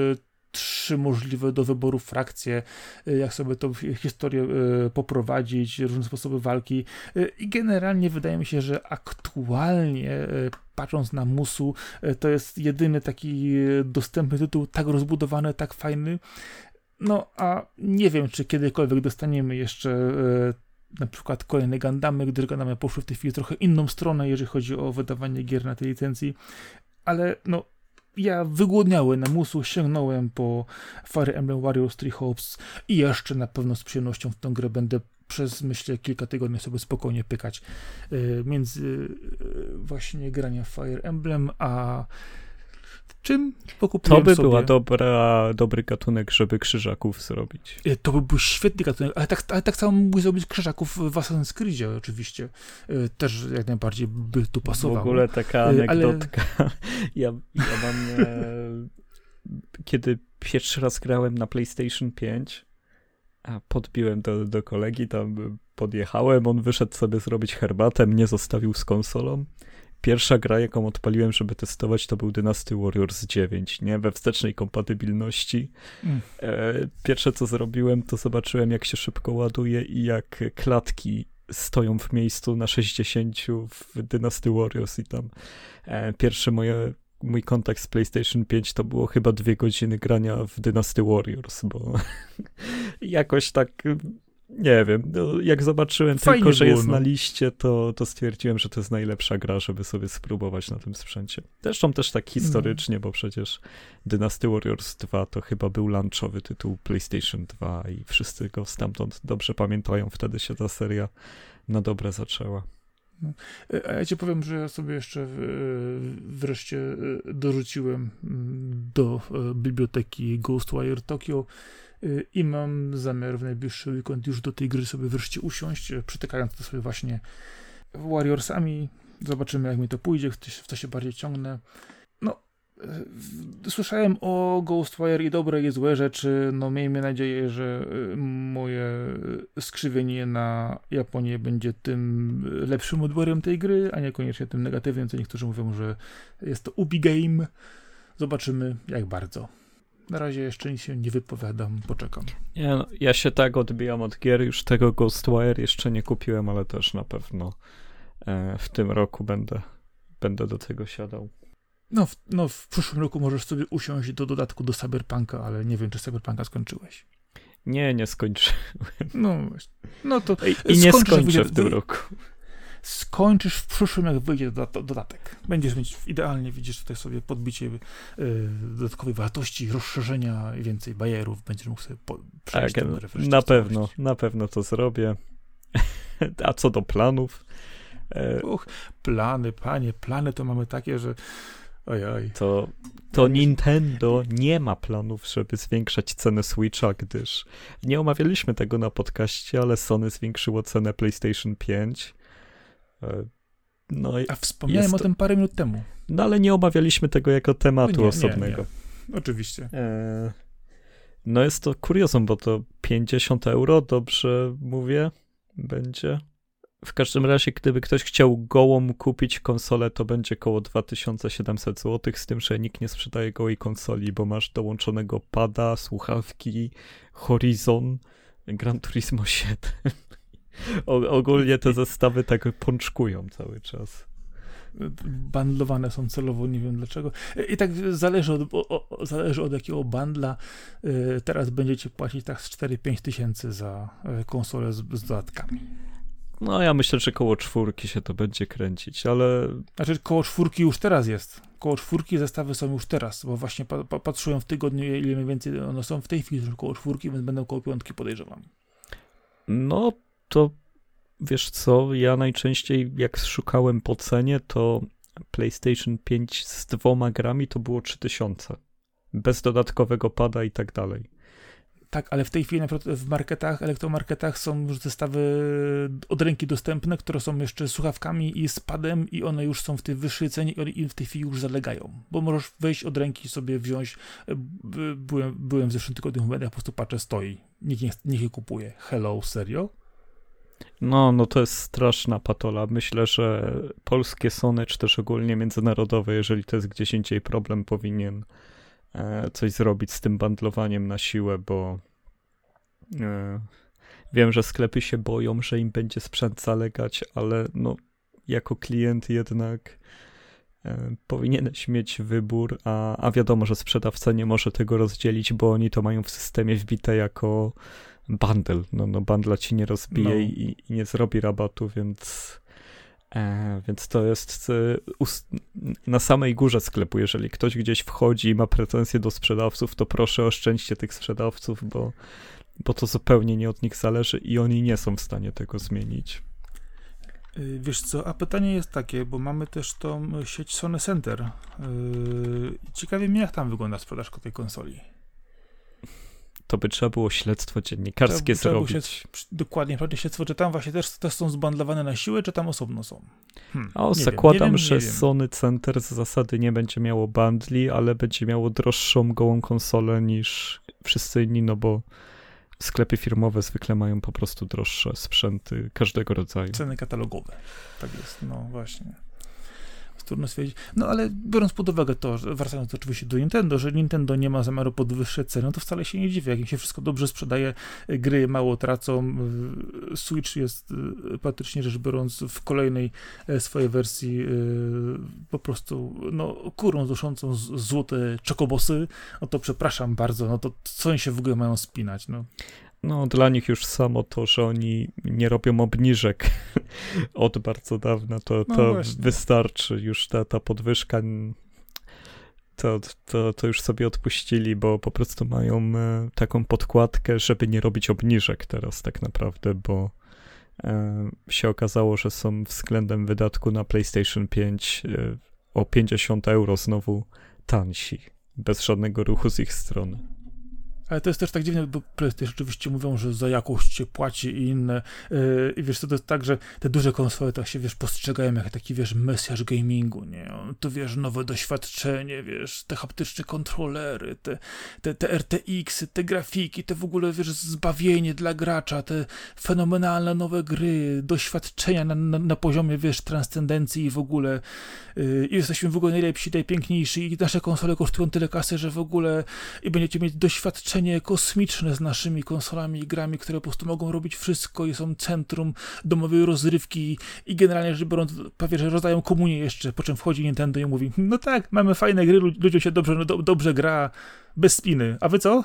trzy możliwe do wyboru frakcje, jak sobie tą historię poprowadzić, różne sposoby walki i generalnie wydaje mi się, że aktualnie patrząc na Musu, to jest jedyny taki dostępny tytuł, tak rozbudowany, tak fajny, no a nie wiem, czy kiedykolwiek dostaniemy jeszcze na przykład kolejne Gundamy, gdyż Gundamy poszły w tej chwili trochę inną stronę, jeżeli chodzi o wydawanie gier na tej licencji, ale no ja wygłodniały na Musu, sięgnąłem po Fire Emblem Warriors Three Hopes i jeszcze na pewno z przyjemnością w tę grę będę przez, myślę, kilka tygodni sobie spokojnie pykać yy, między yy, właśnie graniem Fire Emblem, a czym pokupiłem To by sobie... była dobra, dobry gatunek, żeby krzyżaków zrobić. Yy, to by był świetny gatunek, ale tak, ale tak samo mógłby zrobić krzyżaków w Assassin's Creedzie oczywiście. Yy, też jak najbardziej by tu pasowało. W ogóle taka anegdotka. Ale... Ja, ja mam... E, kiedy pierwszy raz grałem na PlayStation pięć, a podbiłem do, do kolegi, tam podjechałem, on wyszedł sobie zrobić herbatę, mnie zostawił z konsolą. Pierwsza gra, jaką odpaliłem, żeby testować, to był Dynasty Warriors dziewięć, nie? We wstecznej kompatybilności. Mm. E, pierwsze, co zrobiłem, to zobaczyłem, jak się szybko ładuje i jak klatki stoją w miejscu na sześćdziesięciu w Dynasty Warriors i tam e, pierwsze moje, mój kontakt z PlayStation pięć to było chyba dwie godziny grania w Dynasty Warriors, bo jakoś tak, nie wiem, no, jak zobaczyłem Fajnie tylko, że było, jest no. na liście, to, to stwierdziłem, że to jest najlepsza gra, żeby sobie spróbować na tym sprzęcie. Zresztą też tak historycznie, bo przecież Dynasty Warriors dwa to chyba był launchowy tytuł PlayStation dwa i wszyscy go stamtąd dobrze pamiętają. Wtedy się ta seria na dobre zaczęła. A ja ci powiem, że ja sobie jeszcze wreszcie dorzuciłem do biblioteki Ghostwire Tokyo i mam zamiar w najbliższy weekend już do tej gry sobie wreszcie usiąść, przytykając to sobie właśnie Warriorsami. Zobaczymy, jak mi to pójdzie, w co się bardziej ciągnę. No, słyszałem o Ghostwire i dobre i złe rzeczy. No, miejmy nadzieję, że moje skrzywienie na Japonię będzie tym lepszym odbiorem tej gry, a niekoniecznie tym negatywnym, co niektórzy mówią, że jest to ubi game. Zobaczymy, jak bardzo. Na razie jeszcze nic się nie wypowiadam, poczekam. Nie, no, ja się tak odbijam od gier, już tego Ghostwire jeszcze nie kupiłem, ale też na pewno e, w tym roku będę, będę do tego siadał. No w, no, w przyszłym roku możesz sobie usiąść do dodatku do Cyberpunka, ale nie wiem, czy Cyberpunka skończyłeś. Nie, nie skończyłem. No właśnie. No to I, i nie skończę w tym wy... roku. Skończysz w przyszłym, jak wyjdzie dodatek. Będziesz mieć idealnie, widzisz tutaj sobie podbicie y, dodatkowej wartości, rozszerzenia i więcej bajerów. Będziesz mógł sobie po, przejść tak, ten na pewno, na pewno to zrobię. A co do planów? E... Uch, plany, panie, plany to mamy takie, że ojoj. To, to Nintendo nie ma planów, żeby zwiększać cenę Switcha, gdyż nie omawialiśmy tego na podcaście, ale Sony zwiększyło cenę PlayStation pięć. No, a wspomniałem to... o tym parę minut temu. No ale nie omawialiśmy tego jako tematu nie, osobnego. Nie, nie. Oczywiście. E... No jest to kuriozum, bo to pięćdziesiąt euro, dobrze mówię, będzie. W każdym razie, gdyby ktoś chciał gołą kupić konsolę, to będzie koło dwa tysiące siedemset złotych, z tym, że nikt nie sprzedaje gołej konsoli, bo masz dołączonego pada, słuchawki, Horizon, Gran Turismo siedem. O, ogólnie te zestawy tak pączkują cały czas. Bandlowane są celowo, nie wiem dlaczego. I tak zależy od, o, o, zależy od jakiego bandla. Teraz będziecie płacić tak z cztery pięć tysięcy za konsolę z, z dodatkami. No ja myślę, że koło czwórki się to będzie kręcić, ale... Znaczy koło czwórki już teraz jest. Koło czwórki zestawy są już teraz, bo właśnie pa, pa, patrzyłem w tygodniu, ile mniej więcej one są w tej chwili już koło czwórki, więc będą koło piątki, podejrzewam. No to wiesz co, ja najczęściej jak szukałem po cenie, to PlayStation pięć z dwoma grami to było trzy tysiące. Bez dodatkowego pada i tak dalej. Tak, ale w tej chwili na przykład w marketach, elektromarketach są już zestawy od ręki dostępne, które są jeszcze z słuchawkami i z padem i one już są w tej wyższej cenie i w tej chwili już zalegają. Bo możesz wejść od ręki sobie wziąć. Byłem, byłem w zeszłym tygodniu w mediach, po prostu patrzę, stoi. Nikt nie, nikt nie kupuje. Hello, serio? No, no to jest straszna patola. Myślę, że polskie Sony, czy też ogólnie międzynarodowe, jeżeli to jest gdzieś indziej problem, powinien e, coś zrobić z tym bandlowaniem na siłę, bo e, wiem, że sklepy się boją, że im będzie sprzęt zalegać, ale no, jako klient jednak e, powinieneś mieć wybór, a, a wiadomo, że sprzedawca nie może tego rozdzielić, bo oni to mają w systemie wbite jako bundle. No, no bundla ci nie rozbije no. i, i nie zrobi rabatu, więc e, więc to jest e, ust, na samej górze sklepu. Jeżeli ktoś gdzieś wchodzi i ma pretensje do sprzedawców, to proszę oszczędźcie tych sprzedawców, bo, bo to zupełnie nie od nich zależy i oni nie są w stanie tego zmienić. Wiesz co, a pytanie jest takie, bo mamy też tą sieć Sony Center. Yy, ciekawie mnie, jak tam wygląda sprzedaż tej konsoli. To by trzeba było śledztwo dziennikarskie trzeba, zrobić. Trzeba się, dokładnie, prawda, śledztwo, czy tam właśnie też, też są zbandlowane na siłę, czy tam osobno są? Hmm, o, zakładam, wiem, że Sony Center z zasady nie będzie miało bundli, ale będzie miało droższą gołą konsolę niż wszyscy inni, no bo sklepy firmowe zwykle mają po prostu droższe sprzęty każdego rodzaju. Ceny katalogowe. Tak jest, no właśnie. trudno stwierdzić. No ale biorąc pod uwagę to, że wracając oczywiście do Nintendo, że Nintendo nie ma zamiaru podwyższać ceny, to wcale się nie dziwię. Jak im się wszystko dobrze sprzedaje, gry mało tracą, Switch jest praktycznie rzecz biorąc w kolejnej swojej wersji po prostu no, kurą duszącą złote czokobosy, no to przepraszam bardzo, no to co oni się w ogóle mają spinać, no. No, dla nich już samo to, że oni nie robią obniżek od bardzo dawna, to, to no wystarczy. Już ta, ta podwyżka, to, to, to już sobie odpuścili, bo po prostu mają taką podkładkę, żeby nie robić obniżek teraz tak naprawdę, bo e, się okazało, że są względem wydatku na PlayStation pięć e, o pięćdziesiąt euro znowu tańsi, bez żadnego ruchu z ich strony. Ale to jest też tak dziwne, bo PlayStation oczywiście mówią, że za jakość się płaci i inne. Yy, I wiesz, to jest tak, że te duże konsole tak się, wiesz, postrzegają jak taki, wiesz, mesjasz gamingu, nie? Tu, wiesz, nowe doświadczenie, wiesz, te haptyczne kontrolery, te, te, te R T X-y, te grafiki, te w ogóle, wiesz, zbawienie dla gracza, te fenomenalne nowe gry, doświadczenia na, na, na poziomie, wiesz, transcendencji i w ogóle yy, i jesteśmy w ogóle najlepsi, najpiękniejsi i nasze konsole kosztują tyle kasy, że w ogóle i będziecie mieć doświadczenie kosmiczne z naszymi konsolami i grami, które po prostu mogą robić wszystko i są centrum domowej rozrywki i generalnie rzecz biorąc, prawie że rozdają komunię jeszcze, po czym wchodzi Nintendo i mówi, no tak, mamy fajne gry, ludziom się dobrze, no do, dobrze gra, bez spiny, a wy co?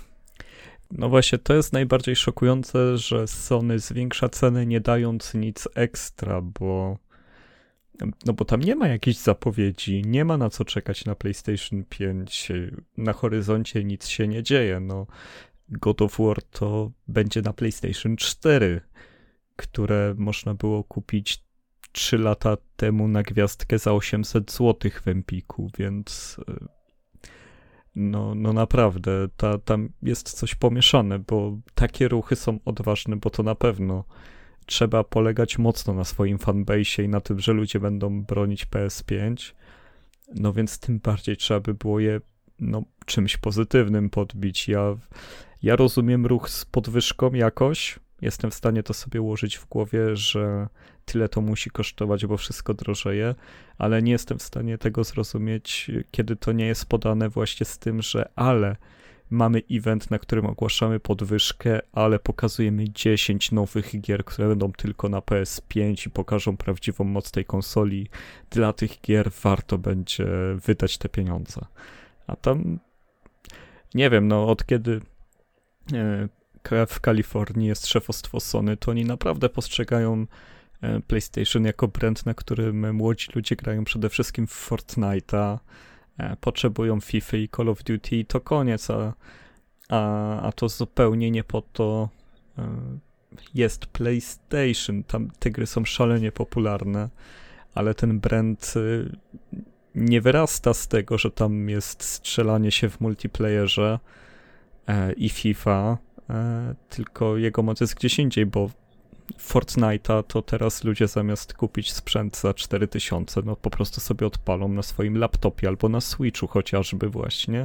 No właśnie, to jest najbardziej szokujące, że Sony zwiększa ceny nie dając nic ekstra, bo no bo tam nie ma jakichś zapowiedzi, nie ma na co czekać na PlayStation pięć, na horyzoncie nic się nie dzieje, no God of War to będzie na PlayStation cztery, które można było kupić trzy lata temu na gwiazdkę za osiemset złotych w Empiku, więc no, no naprawdę, ta, tam jest coś pomieszane, bo takie ruchy są odważne, bo to na pewno trzeba polegać mocno na swoim fanbase'ie i na tym, że ludzie będą bronić P S pięć, no więc tym bardziej trzeba by było je no, czymś pozytywnym podbić. Ja, ja rozumiem ruch z podwyżką jakoś, jestem w stanie to sobie ułożyć w głowie, że tyle to musi kosztować, bo wszystko drożeje, ale nie jestem w stanie tego zrozumieć, kiedy to nie jest podane właśnie z tym, że ale mamy event, na którym ogłaszamy podwyżkę, ale pokazujemy dziesięć nowych gier, które będą tylko na P S pięć i pokażą prawdziwą moc tej konsoli. Dla tych gier warto będzie wydać te pieniądze. A tam, nie wiem, no od kiedy w Kalifornii jest szefostwo Sony, to oni naprawdę postrzegają PlayStation jako brand, na którym młodzi ludzie grają przede wszystkim w Fortnite'a, potrzebują FIFA i Call of Duty i to koniec, a, a, a to zupełnie nie po to jest PlayStation. Tam te gry są szalenie popularne, ale ten brand nie wyrasta z tego, że tam jest strzelanie się w multiplayerze i FIFA, tylko jego moc jest gdzieś indziej, bo Fortnite'a to teraz ludzie zamiast kupić sprzęt za cztery tysiące, no po prostu sobie odpalą na swoim laptopie albo na Switchu chociażby właśnie,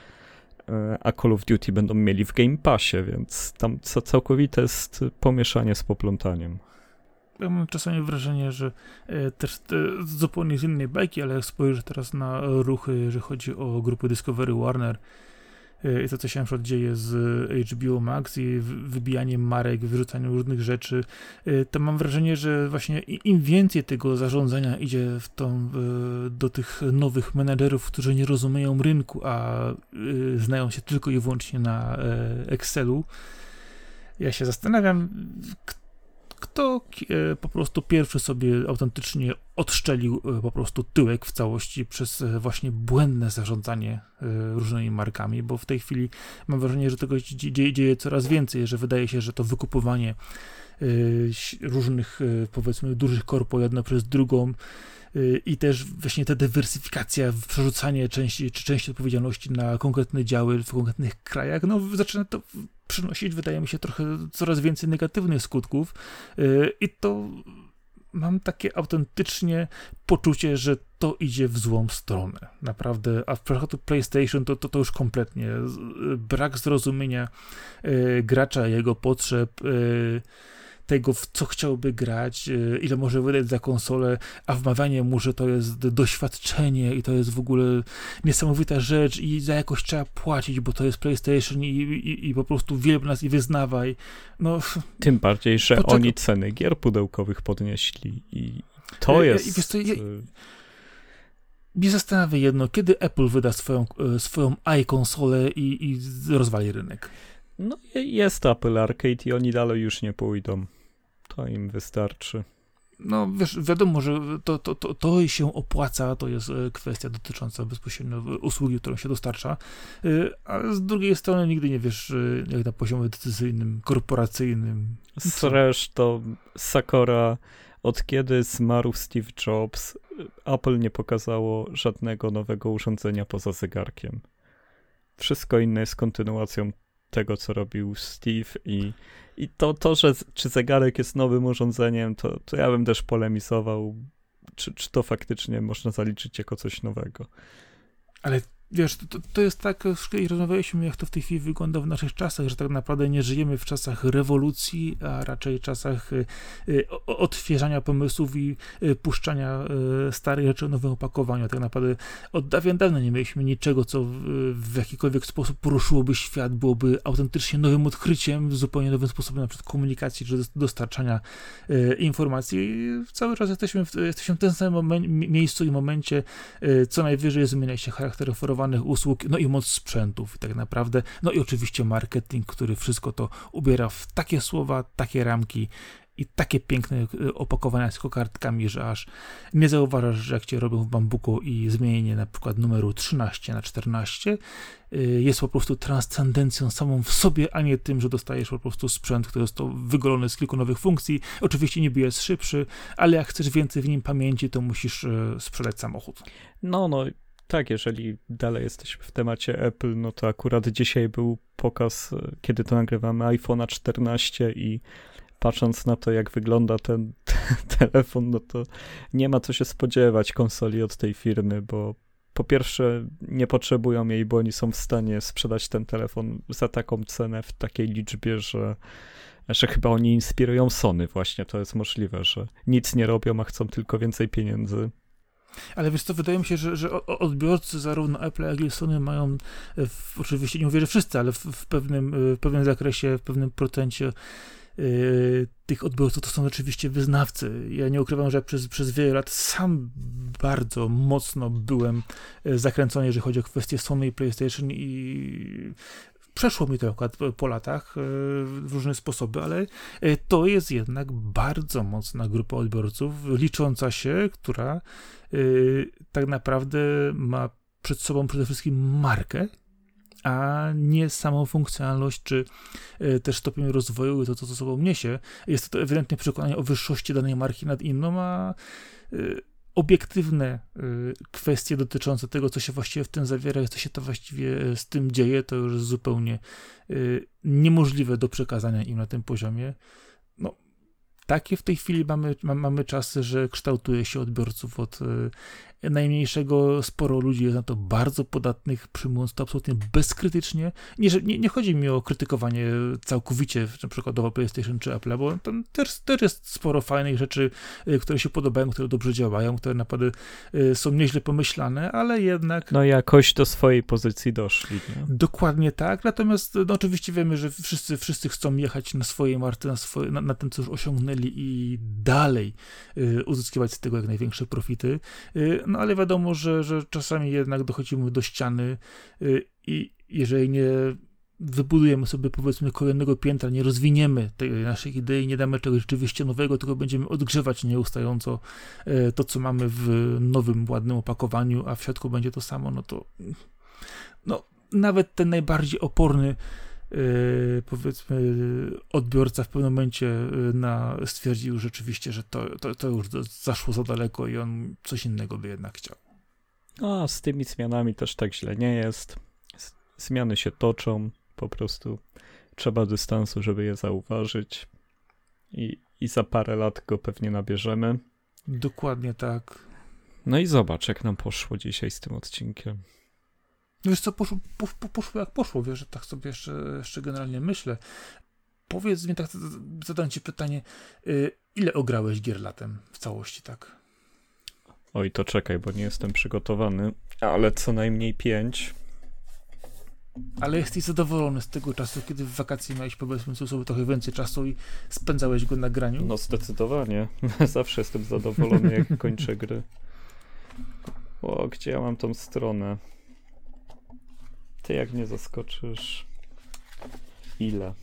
a Call of Duty będą mieli w Game Passie, więc tam całkowite jest pomieszanie z poplątaniem. Ja mam czasami wrażenie, że e, też te, zupełnie z innej bajki, ale jak spojrzę teraz na ruchy, jeżeli chodzi o grupy Discovery Warner, i to, co się na przykład dzieje z H B O Max i wybijaniem marek, wyrzucaniem różnych rzeczy, to mam wrażenie, że właśnie im więcej tego zarządzania idzie w tą, do tych nowych menedżerów, którzy nie rozumieją rynku, a znają się tylko i wyłącznie na Excelu, ja się zastanawiam, kto po prostu pierwszy sobie autentycznie odszczelił po prostu tyłek w całości przez właśnie błędne zarządzanie różnymi markami, bo w tej chwili mam wrażenie, że tego dzieje, dzieje coraz więcej, że wydaje się, że to wykupywanie różnych, powiedzmy, dużych korpo jedno przez drugą i też właśnie ta dywersyfikacja, przerzucanie części, czy części odpowiedzialności na konkretne działy w konkretnych krajach, no zaczyna to przynosić, wydaje mi się, trochę coraz więcej negatywnych skutków i to mam takie autentycznie poczucie, że to idzie w złą stronę. Naprawdę, a w przypadku PlayStation to, to, to już kompletnie brak zrozumienia gracza, jego potrzeb, tego, w co chciałby grać, ile może wydać za konsolę, a wmawianie mu, że to jest doświadczenie i to jest w ogóle niesamowita rzecz i za jakoś trzeba płacić, bo to jest PlayStation i, i, i po prostu wielb nas i wyznawaj. No, tym bardziej, że poczekaj. Oni ceny gier pudełkowych podnieśli i to jest... I wiesz co, ja, mnie zastanawia jedno, kiedy Apple wyda swoją, swoją iConsolę i, i rozwali rynek? No jest Apple Arcade i oni dalej już nie pójdą. To im wystarczy. No wiesz, wiadomo, że to, to, to, to się opłaca, to jest kwestia dotycząca bezpośrednio usługi, którą się dostarcza, a z drugiej strony nigdy nie wiesz, jak na poziomie decyzyjnym, korporacyjnym. Zresztą Sakura, od kiedy zmarł Steve Jobs, Apple nie pokazało żadnego nowego urządzenia poza zegarkiem. Wszystko inne jest kontynuacją tego, co robił Steve i, i to, to, że czy zegarek jest nowym urządzeniem, to, to ja bym też polemizował, czy, czy to faktycznie można zaliczyć jako coś nowego. Ale wiesz, to, to jest tak, i rozmawialiśmy, jak to w tej chwili wygląda w naszych czasach, że tak naprawdę nie żyjemy w czasach rewolucji, a raczej czasach y, y, odświeżania pomysłów i y, puszczania y, starych rzeczy w nowym opakowaniu. Tak naprawdę od dawien dawna nie mieliśmy niczego, co w, w jakikolwiek sposób poruszyłoby świat, byłoby autentycznie nowym odkryciem, zupełnie nowym sposobem na przykład komunikacji czy dostarczania y, informacji. I cały czas jesteśmy w, jesteśmy w tym samym momen- miejscu i momencie, y, co najwyżej zmienia się charakter oferowanych usług, no i moc sprzętów i tak naprawdę, no i oczywiście marketing, który wszystko to ubiera w takie słowa, takie ramki i takie piękne opakowania z kokardkami, że aż nie zauważasz, że jak cię robią w bambuku i zmienienie na przykład numeru trzynaście na czternaście jest po prostu transcendencją samą w sobie, a nie tym, że dostajesz po prostu sprzęt, który jest to wygolony z kilku nowych funkcji. Oczywiście niby jest szybszy, ale jak chcesz więcej w nim pamięci, to musisz sprzedać samochód. No, no, tak, jeżeli dalej jesteśmy w temacie Apple, no to akurat dzisiaj był pokaz, kiedy to nagrywamy, iPhone'a czternaście i patrząc na to, jak wygląda ten telefon, no to nie ma co się spodziewać konsoli od tej firmy, bo po pierwsze nie potrzebują jej, bo oni są w stanie sprzedać ten telefon za taką cenę, w takiej liczbie, że, że chyba oni inspirują Sony właśnie, to jest możliwe, że nic nie robią, a chcą tylko więcej pieniędzy. Ale wiesz co, wydaje mi się, że, że odbiorcy zarówno Apple, jak i Sony mają, w, oczywiście nie mówię, że wszyscy, ale w, w, pewnym, w pewnym zakresie, w pewnym procencie yy, tych odbiorców to są oczywiście wyznawcy. Ja nie ukrywam, że przez, przez wiele lat sam bardzo mocno byłem zakręcony, jeżeli chodzi o kwestie Sony i PlayStation i przeszło mi to akurat po latach w różne sposoby, ale to jest jednak bardzo mocna grupa odbiorców, licząca się, która tak naprawdę ma przed sobą przede wszystkim markę, a nie samą funkcjonalność, czy też stopień rozwoju i to, co ze sobą niesie. Jest to ewidentnie przekonanie o wyższości danej marki nad inną, a obiektywne kwestie dotyczące tego, co się właściwie w tym zawiera i co się to właściwie z tym dzieje, to już jest zupełnie niemożliwe do przekazania im na tym poziomie. No, takie w tej chwili mamy, mamy czasy, że kształtuje się odbiorców od najmniejszego. Sporo ludzi jest na to bardzo podatnych, przyjmując to absolutnie bezkrytycznie. Nie, że, nie, nie chodzi mi o krytykowanie całkowicie, na przykładowo PlayStation czy Apple, bo tam też, też jest sporo fajnych rzeczy, które się podobają, które dobrze działają, które naprawdę są nieźle pomyślane, ale jednak... No jakoś do swojej pozycji doszli. Nie? Dokładnie tak, natomiast no, oczywiście wiemy, że wszyscy, wszyscy chcą jechać na swojej marce, na, swoje, na, na tym, co już osiągnęli i dalej y, uzyskiwać z tego jak największe profity. Y, No ale wiadomo, że, że czasami jednak dochodzimy do ściany i jeżeli nie wybudujemy sobie powiedzmy kolejnego piętra, nie rozwiniemy tej naszej idei, nie damy czegoś rzeczywiście nowego, tylko będziemy odgrzewać nieustająco to, co mamy w nowym, ładnym opakowaniu, a w środku będzie to samo, no to no, nawet ten najbardziej oporny Yy, powiedzmy odbiorca w pewnym momencie na, stwierdził rzeczywiście, że to, to, to już zaszło za daleko i on coś innego by jednak chciał. A z tymi zmianami też tak źle nie jest. Zmiany się toczą, po prostu trzeba dystansu, żeby je zauważyć i, i za parę lat go pewnie nabierzemy. Dokładnie tak. No i zobacz, jak nam poszło dzisiaj z tym odcinkiem. Wiesz co, poszło, poszło, poszło jak poszło, wiesz, że tak sobie jeszcze, jeszcze generalnie myślę. powiedz mi, tak zadam ci pytanie, ile ograłeś gier latem w całości, tak? Oj, to czekaj, bo nie jestem przygotowany, ale co najmniej pięć. Ale jesteś zadowolony z tego czasu, kiedy w wakacje miałeś, powiedzmy sobie, trochę więcej czasu i spędzałeś go na graniu? No zdecydowanie. Zawsze jestem zadowolony, jak kończę gry. O, gdzie ja mam tą stronę? Ty jak mnie zaskoczysz? Ile?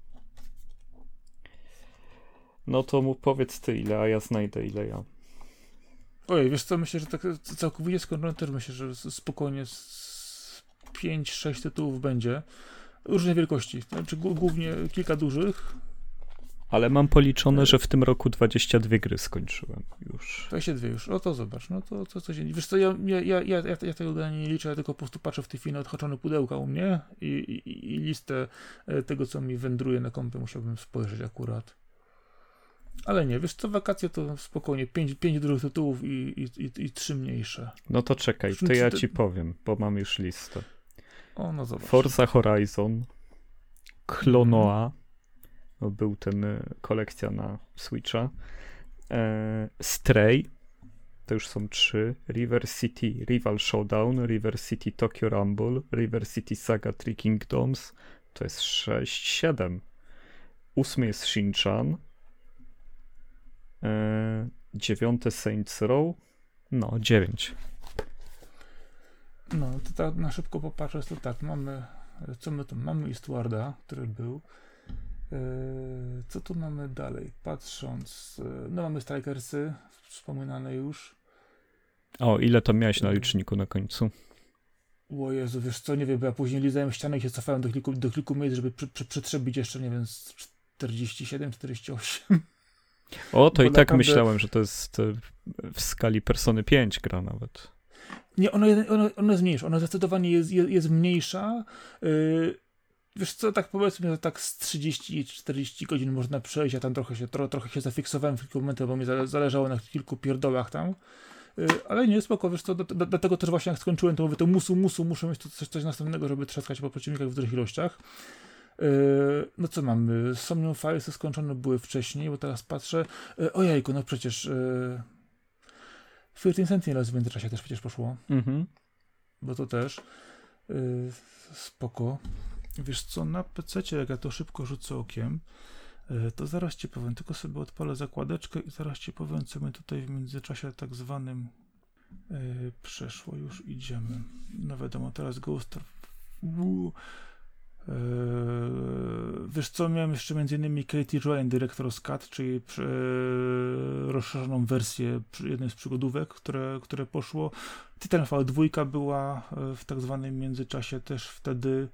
No to mu powiedz ty ile, a ja znajdę ile ja. Ojej, wiesz co, myślę, że tak całkowicie skończone też myślę, że spokojnie z pięć sześć tytułów będzie. Różnej wielkości, znaczy głównie kilka dużych. Ale mam policzone, że w tym roku dwadzieścia dwie gry skończyłem już. dwadzieścia dwie już, o to zobacz, no to, to coś. Wiesz co, ja, ja, ja, ja, ja tego nie liczę, ja tylko po prostu patrzę w tej chwili na odhaczone pudełka u mnie i, i, i listę tego, co mi wędruje na kompie, musiałbym spojrzeć akurat. Ale nie, wiesz co, wakacje to spokojnie, pięć, pięć dużych tytułów i, i, i, i trzy mniejsze. No to czekaj, to ja ci powiem, bo mam już listę. O, no zobacz. Forza Horizon, Klonoa, no był ten kolekcja na Switcha, e, Stray, to już są trzy, River City Rival Showdown, River City Tokyo Rumble, River City Saga Three Kingdoms, to jest sześć, siedem. Ósmy jest Shin-Chan, e, dziewiąty Saints Row, no dziewięć. No, to tak na szybko popatrzę, to tak, mamy, co my tu mamy? Eastwarda, który był. Yy, co tu mamy dalej? Patrząc, yy, no mamy Strikersy, wspominane już. O, ile to miałeś na liczniku na końcu? O Jezu, wiesz co, nie wiem, bo ja później lizałem ścianę i się cofałem do kilku, do kilku miejsc, żeby przy, przy, przetrzebić jeszcze, nie wiem, z czterdzieści siedem, czterdzieści osiem. O, to bo i tak naprawdę... myślałem, że to jest w skali Persony pięć gra nawet. Nie, ona, ona, ona jest mniejsza, ona zdecydowanie jest, jest, jest mniejsza. Yy, wiesz co, tak powiedzmy, że tak z trzydzieści czterdzieści godzin można przejść, ja tam trochę się, tro, trochę się zafiksowałem w kilku momentach, bo mi zależało na kilku pierdołach tam. Yy, ale nie, spoko, wiesz co, do, do, dlatego też właśnie jak skończyłem, to mówię, to musu, musu, muszę mieć to coś, coś następnego, żeby trzaskać po przeciwnikach w dużych ilościach. Yy, no co mamy? Somnium Filesy skończone były wcześniej, bo teraz patrzę. Yy, ojejku, no przecież... Yy, trzynaście Sentinels w międzyczasie też przecież poszło. Mhm. Bo to też yy, spoko. Wiesz co, na pececie, jak ja to szybko rzucę okiem, yy, to zaraz ci powiem, tylko sobie odpalę zakładeczkę i zaraz ci powiem, co my tutaj w międzyczasie tak zwanym yy, przeszło, już idziemy. No wiadomo, teraz Ghost of... Yy, wiesz co, miałem jeszcze między innymi Katie Joanne Director's Cut, czyli yy, rozszerzoną wersję jednej z przygodówek, które, które poszło. Titanfall dwa była w tak zwanym międzyczasie też wtedy.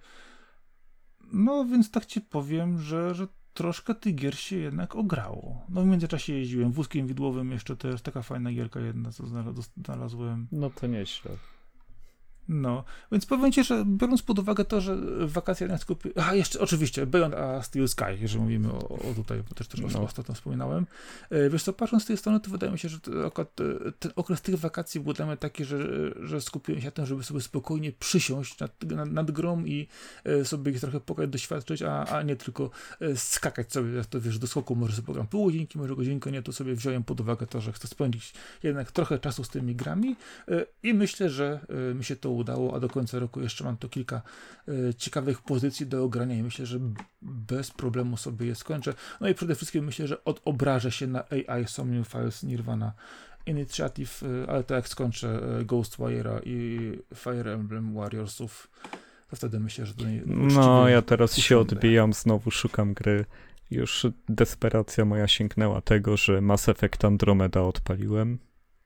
No więc tak ci powiem, że, że troszkę tych gier się jednak ograło. No w międzyczasie jeździłem wózkiem widłowym, jeszcze też taka fajna gierka jedna, co znalazłem. No to nieźle. No, więc powiem ci, że biorąc pod uwagę to, że wakacje na skupię... Aha, jeszcze oczywiście Beyond a Steel Sky, jeżeli mówimy o, o tutaj, bo też też no. ostatnio wspominałem. Wiesz co, patrząc z tej strony, to wydaje mi się, że ten okres tych wakacji był dla mnie taki, że, że skupiłem się na tym, żeby sobie spokojnie przysiąść nad, nad, nad grą i sobie ich trochę pokazać, doświadczyć, a, a nie tylko skakać sobie, jak to wiesz, do skoku, może sobie pogram pół godzinki, może godzinkę, nie, to sobie wziąłem pod uwagę to, że chcę spędzić jednak trochę czasu z tymi grami i myślę, że mi się to udało, a do końca roku jeszcze mam to kilka e, ciekawych pozycji do ogrania i myślę, że bez problemu sobie je skończę. No i przede wszystkim myślę, że odobrażę się na A I Somnium Files Nirvana Initiative, e, ale to jak skończę e, Ghostwire'a i Fire Emblem Warriorsów, to wtedy myślę, że to nie... No, ja teraz usiądę. się odbijam, znowu szukam gry. Już desperacja moja sięgnęła tego, że Mass Effect Andromeda odpaliłem.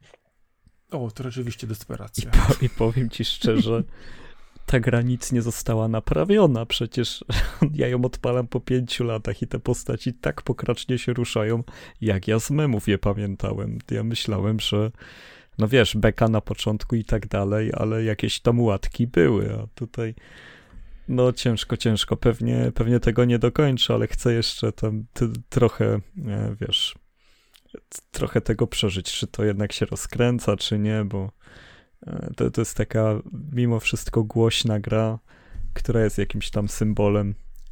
O, to rzeczywiście desperacja. I, po, i powiem ci szczerze, ta gra nic nie została naprawiona. Przecież ja ją odpalam po pięciu latach i te postaci tak pokracznie się ruszają, jak ja z memów je pamiętałem. Ja myślałem, że no wiesz, beka na początku i tak dalej, ale jakieś tam łatki były, a tutaj no ciężko, ciężko. Pewnie, pewnie tego nie dokończę, ale chcę jeszcze tam t- trochę, nie, wiesz... trochę tego przeżyć, czy to jednak się rozkręca, czy nie, bo to, to jest taka mimo wszystko głośna gra, która jest jakimś tam symbolem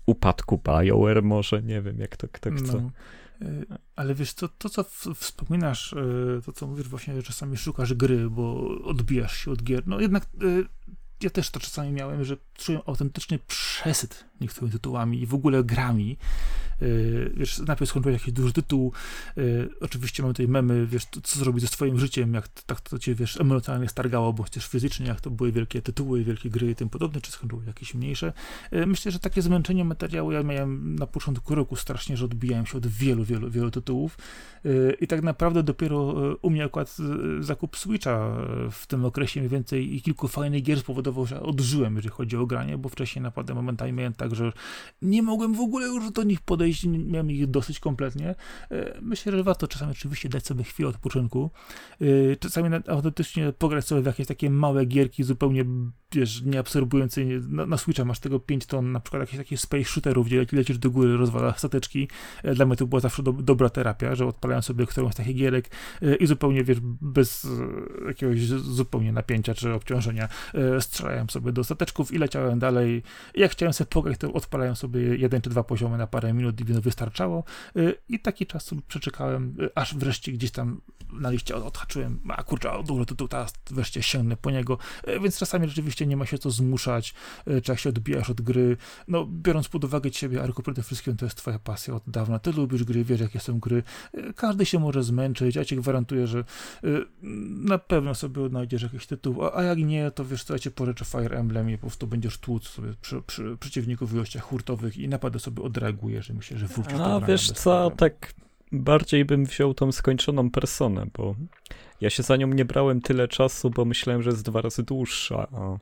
upadku BioWare może, nie wiem jak to kto chce. No. Ale wiesz, to, to co wspominasz, to co mówisz właśnie, że czasami szukasz gry, bo odbijasz się od gier, no jednak ja też to czasami miałem, że czułem autentycznie przesyt niektórymi tytułami i w ogóle grami. Yy, wiesz, najpierw skończyłeś jakiś duży tytuł, yy, oczywiście mamy tutaj memy, wiesz, to, co zrobić ze swoim życiem, jak to, tak to cię, wiesz, emocjonalnie stargało, bo też fizycznie, jak to były wielkie tytuły, wielkie gry i tym podobne, czy skończyły jakieś mniejsze. Yy, myślę, że takie zmęczenie materiału ja miałem na początku roku strasznie, że odbijałem się od wielu, wielu, wielu tytułów yy, i tak naprawdę dopiero yy, u mnie akurat yy, zakup Switcha yy, w tym okresie mniej więcej i kilku fajnych gier spowodował, że odżyłem, jeżeli chodzi o granie, bo wcześniej naprawdę momentami miałem tak, że nie mogłem w ogóle już do nich podejść, miałem ich dosyć kompletnie. Myślę, że warto czasami oczywiście dać sobie chwilę odpoczynku. Czasami autentycznie pograć sobie w jakieś takie małe gierki, zupełnie, wiesz, nie absorbujące. Na, na Switcha masz tego pięć ton, na przykład jakichś takich space shooterów, gdzie lecisz do góry, rozwalasz stateczki. Dla mnie to była zawsze do, dobra terapia, że odpalałem sobie którąś z takich gierek i zupełnie, wiesz, bez jakiegoś zupełnie napięcia czy obciążenia strzelałem sobie do stateczków i leciałem dalej. Jak chciałem sobie pograć, to odpalałem sobie jeden czy dwa poziomy na parę minut i wystarczało. I taki czas sobie przeczekałem, aż wreszcie gdzieś tam na liście odhaczyłem, a kurczę, dużo tytuł, teraz wreszcie sięgnę po niego. Więc czasami rzeczywiście nie ma się co zmuszać, czy jak się odbijasz od gry. No, biorąc pod uwagę ciebie, Arku, przede wszystkim to jest twoja pasja od dawna. Ty lubisz gry, wiesz, jakie są gry. Każdy się może zmęczyć, ja ci gwarantuję, że na pewno sobie odnajdziesz jakiś tytuł, a jak nie, to wiesz co, ja cię pożyczę Fire Emblem i po prostu będziesz tłuc sobie przy, przy przeciwników w ilościach hurtowych i naprawdę sobie odreagujesz, że myślę, że wrócisz do A wiesz co, problemu. Tak bardziej bym wziął tą skończoną personę, bo ja się za nią nie brałem tyle czasu, bo myślałem, że jest dwa razy dłuższa, a,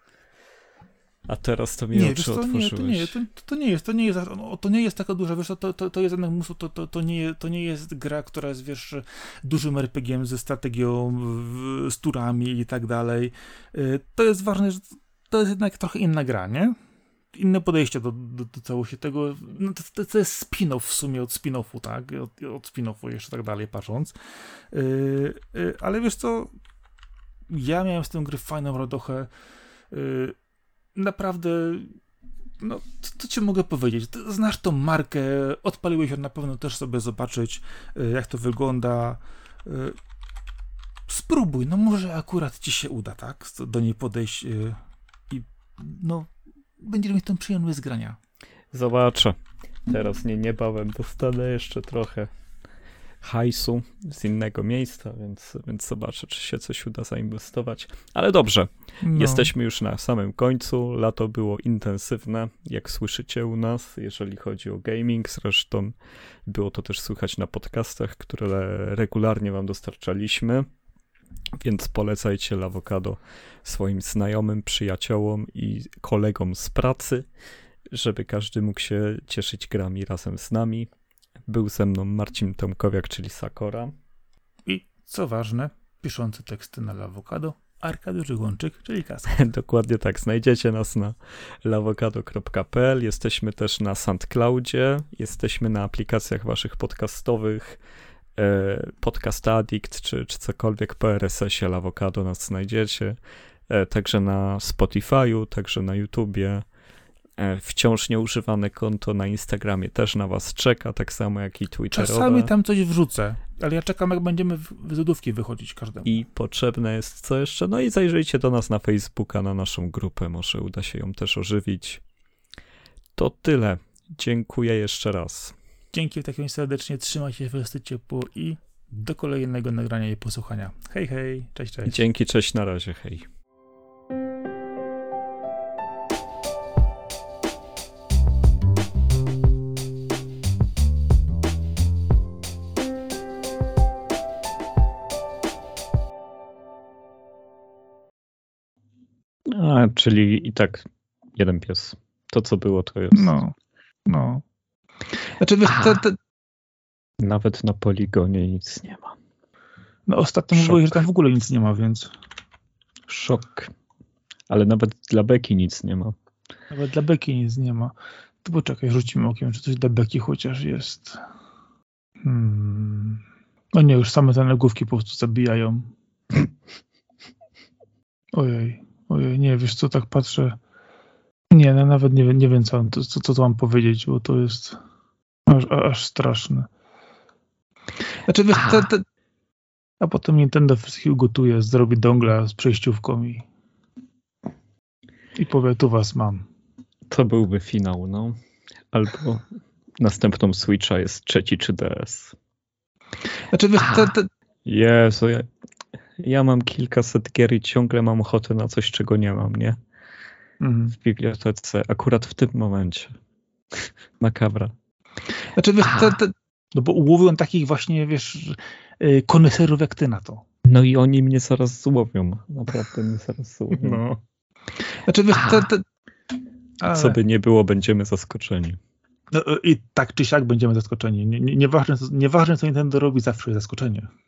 a teraz to mi nie, oczy otworzyłeś. Nie, to nie, to, to nie jest, to nie jest, no, to nie jest taka duża, wiesz, to, to, to jest jednak musu, to, to, to, nie, to nie jest gra, która jest, wiesz, dużym er pe gie em ze strategią, z turami i tak dalej. To jest ważne, że to jest jednak trochę inna gra, nie? Inne podejście do, do, do całości tego, no to, to jest spin-off w sumie od spin-offu, tak? Od, od spin-offu jeszcze tak dalej patrząc. Yy, yy, ale wiesz co, ja miałem z tym gry fajną radochę. Yy, naprawdę, no to, to ci mogę powiedzieć. Ty znasz tą markę, odpaliłeś ją na pewno też sobie zobaczyć, yy, jak to wygląda. Yy, spróbuj, no może akurat ci się uda, tak? Do niej podejść yy, i no będziemy mieć tą przyjemność z grania. Zobaczę. Teraz nie niebawem dostanę jeszcze trochę hajsu z innego miejsca, więc, więc zobaczę, czy się coś uda zainwestować. Ale dobrze, no. Jesteśmy już na samym końcu. Lato było intensywne, jak słyszycie u nas, jeżeli chodzi o gaming. Zresztą było to też słychać na podcastach, które regularnie wam dostarczaliśmy. Więc polecajcie Lawokado swoim znajomym, przyjaciołom i kolegom z pracy, żeby każdy mógł się cieszyć grami razem z nami. Był ze mną Marcin Tomkowiak, czyli Sakora. I co ważne, piszący teksty na Lawokado, Arkadiusz Łączyk, czyli Kaska. Dokładnie tak, znajdziecie nas na lawokado kropka pe el. Jesteśmy też na SoundCloudzie, jesteśmy na aplikacjach waszych podcastowych, Podcast Addict, czy, czy cokolwiek po er es esie Lawokado nas znajdziecie, także na Spotify'u, także na YouTubie. Wciąż nieużywane konto na Instagramie też na was czeka, tak samo jak i Twitterowe. Czasami tam coś wrzucę, ale ja czekam, jak będziemy w lodówki wychodzić każdemu. I potrzebne jest co jeszcze? No i zajrzyjcie do nas na Facebooka, na naszą grupę, może uda się ją też ożywić. To tyle. Dziękuję jeszcze raz. Dzięki w takim serdecznie, trzymaj się wszyscy ciepło i do kolejnego nagrania i posłuchania. Hej, hej, cześć, cześć. Dzięki, cześć, na razie, hej. A, czyli i tak jeden pies. To, co było, to jest. No, no. Znaczy, wiesz, te, te... Nawet na poligonie nic nie ma. No ostatnio mówiłeś, że tam w ogóle nic nie ma, więc... Szok. Ale nawet dla Beki nic nie ma. Nawet dla Beki nic nie ma. To poczekaj, rzucimy okiem, czy coś dla Beki chociaż jest. Hmm. No nie, już same te nagłówki po prostu zabijają. Ojej, ojej, nie, wiesz co, tak patrzę. Nie, no nawet nie, nie wiem, co, co, co to mam powiedzieć, bo to jest aż, aż straszne. Znaczy, wiesz, te, te, a potem Nintendo wszystkich ugotuje, zrobi dongla z przejściówką i, i powie, tu was mam. To byłby finał, no. Albo następną Switcha jest trzeci trzy D S. Znaczy, wiesz, te, te... Jezu, ja, ja mam kilkaset gier i ciągle mam ochotę na coś, czego nie mam, nie? Mhm. W bibliotece, akurat w tym momencie. Makabra. Znaczy, wiesz, te, te... no bo ułowią takich właśnie, wiesz, koneserów jak ty na to. No i oni mnie zaraz złowią. Naprawdę mnie zaraz złowią. No. Znaczy, wiesz, te, te... Ale... Co by nie było, będziemy zaskoczeni. No, i tak czy siak będziemy zaskoczeni. Nie, nie, nieważne, nieważne, co Nintendo robi, zawsze jest zaskoczenie.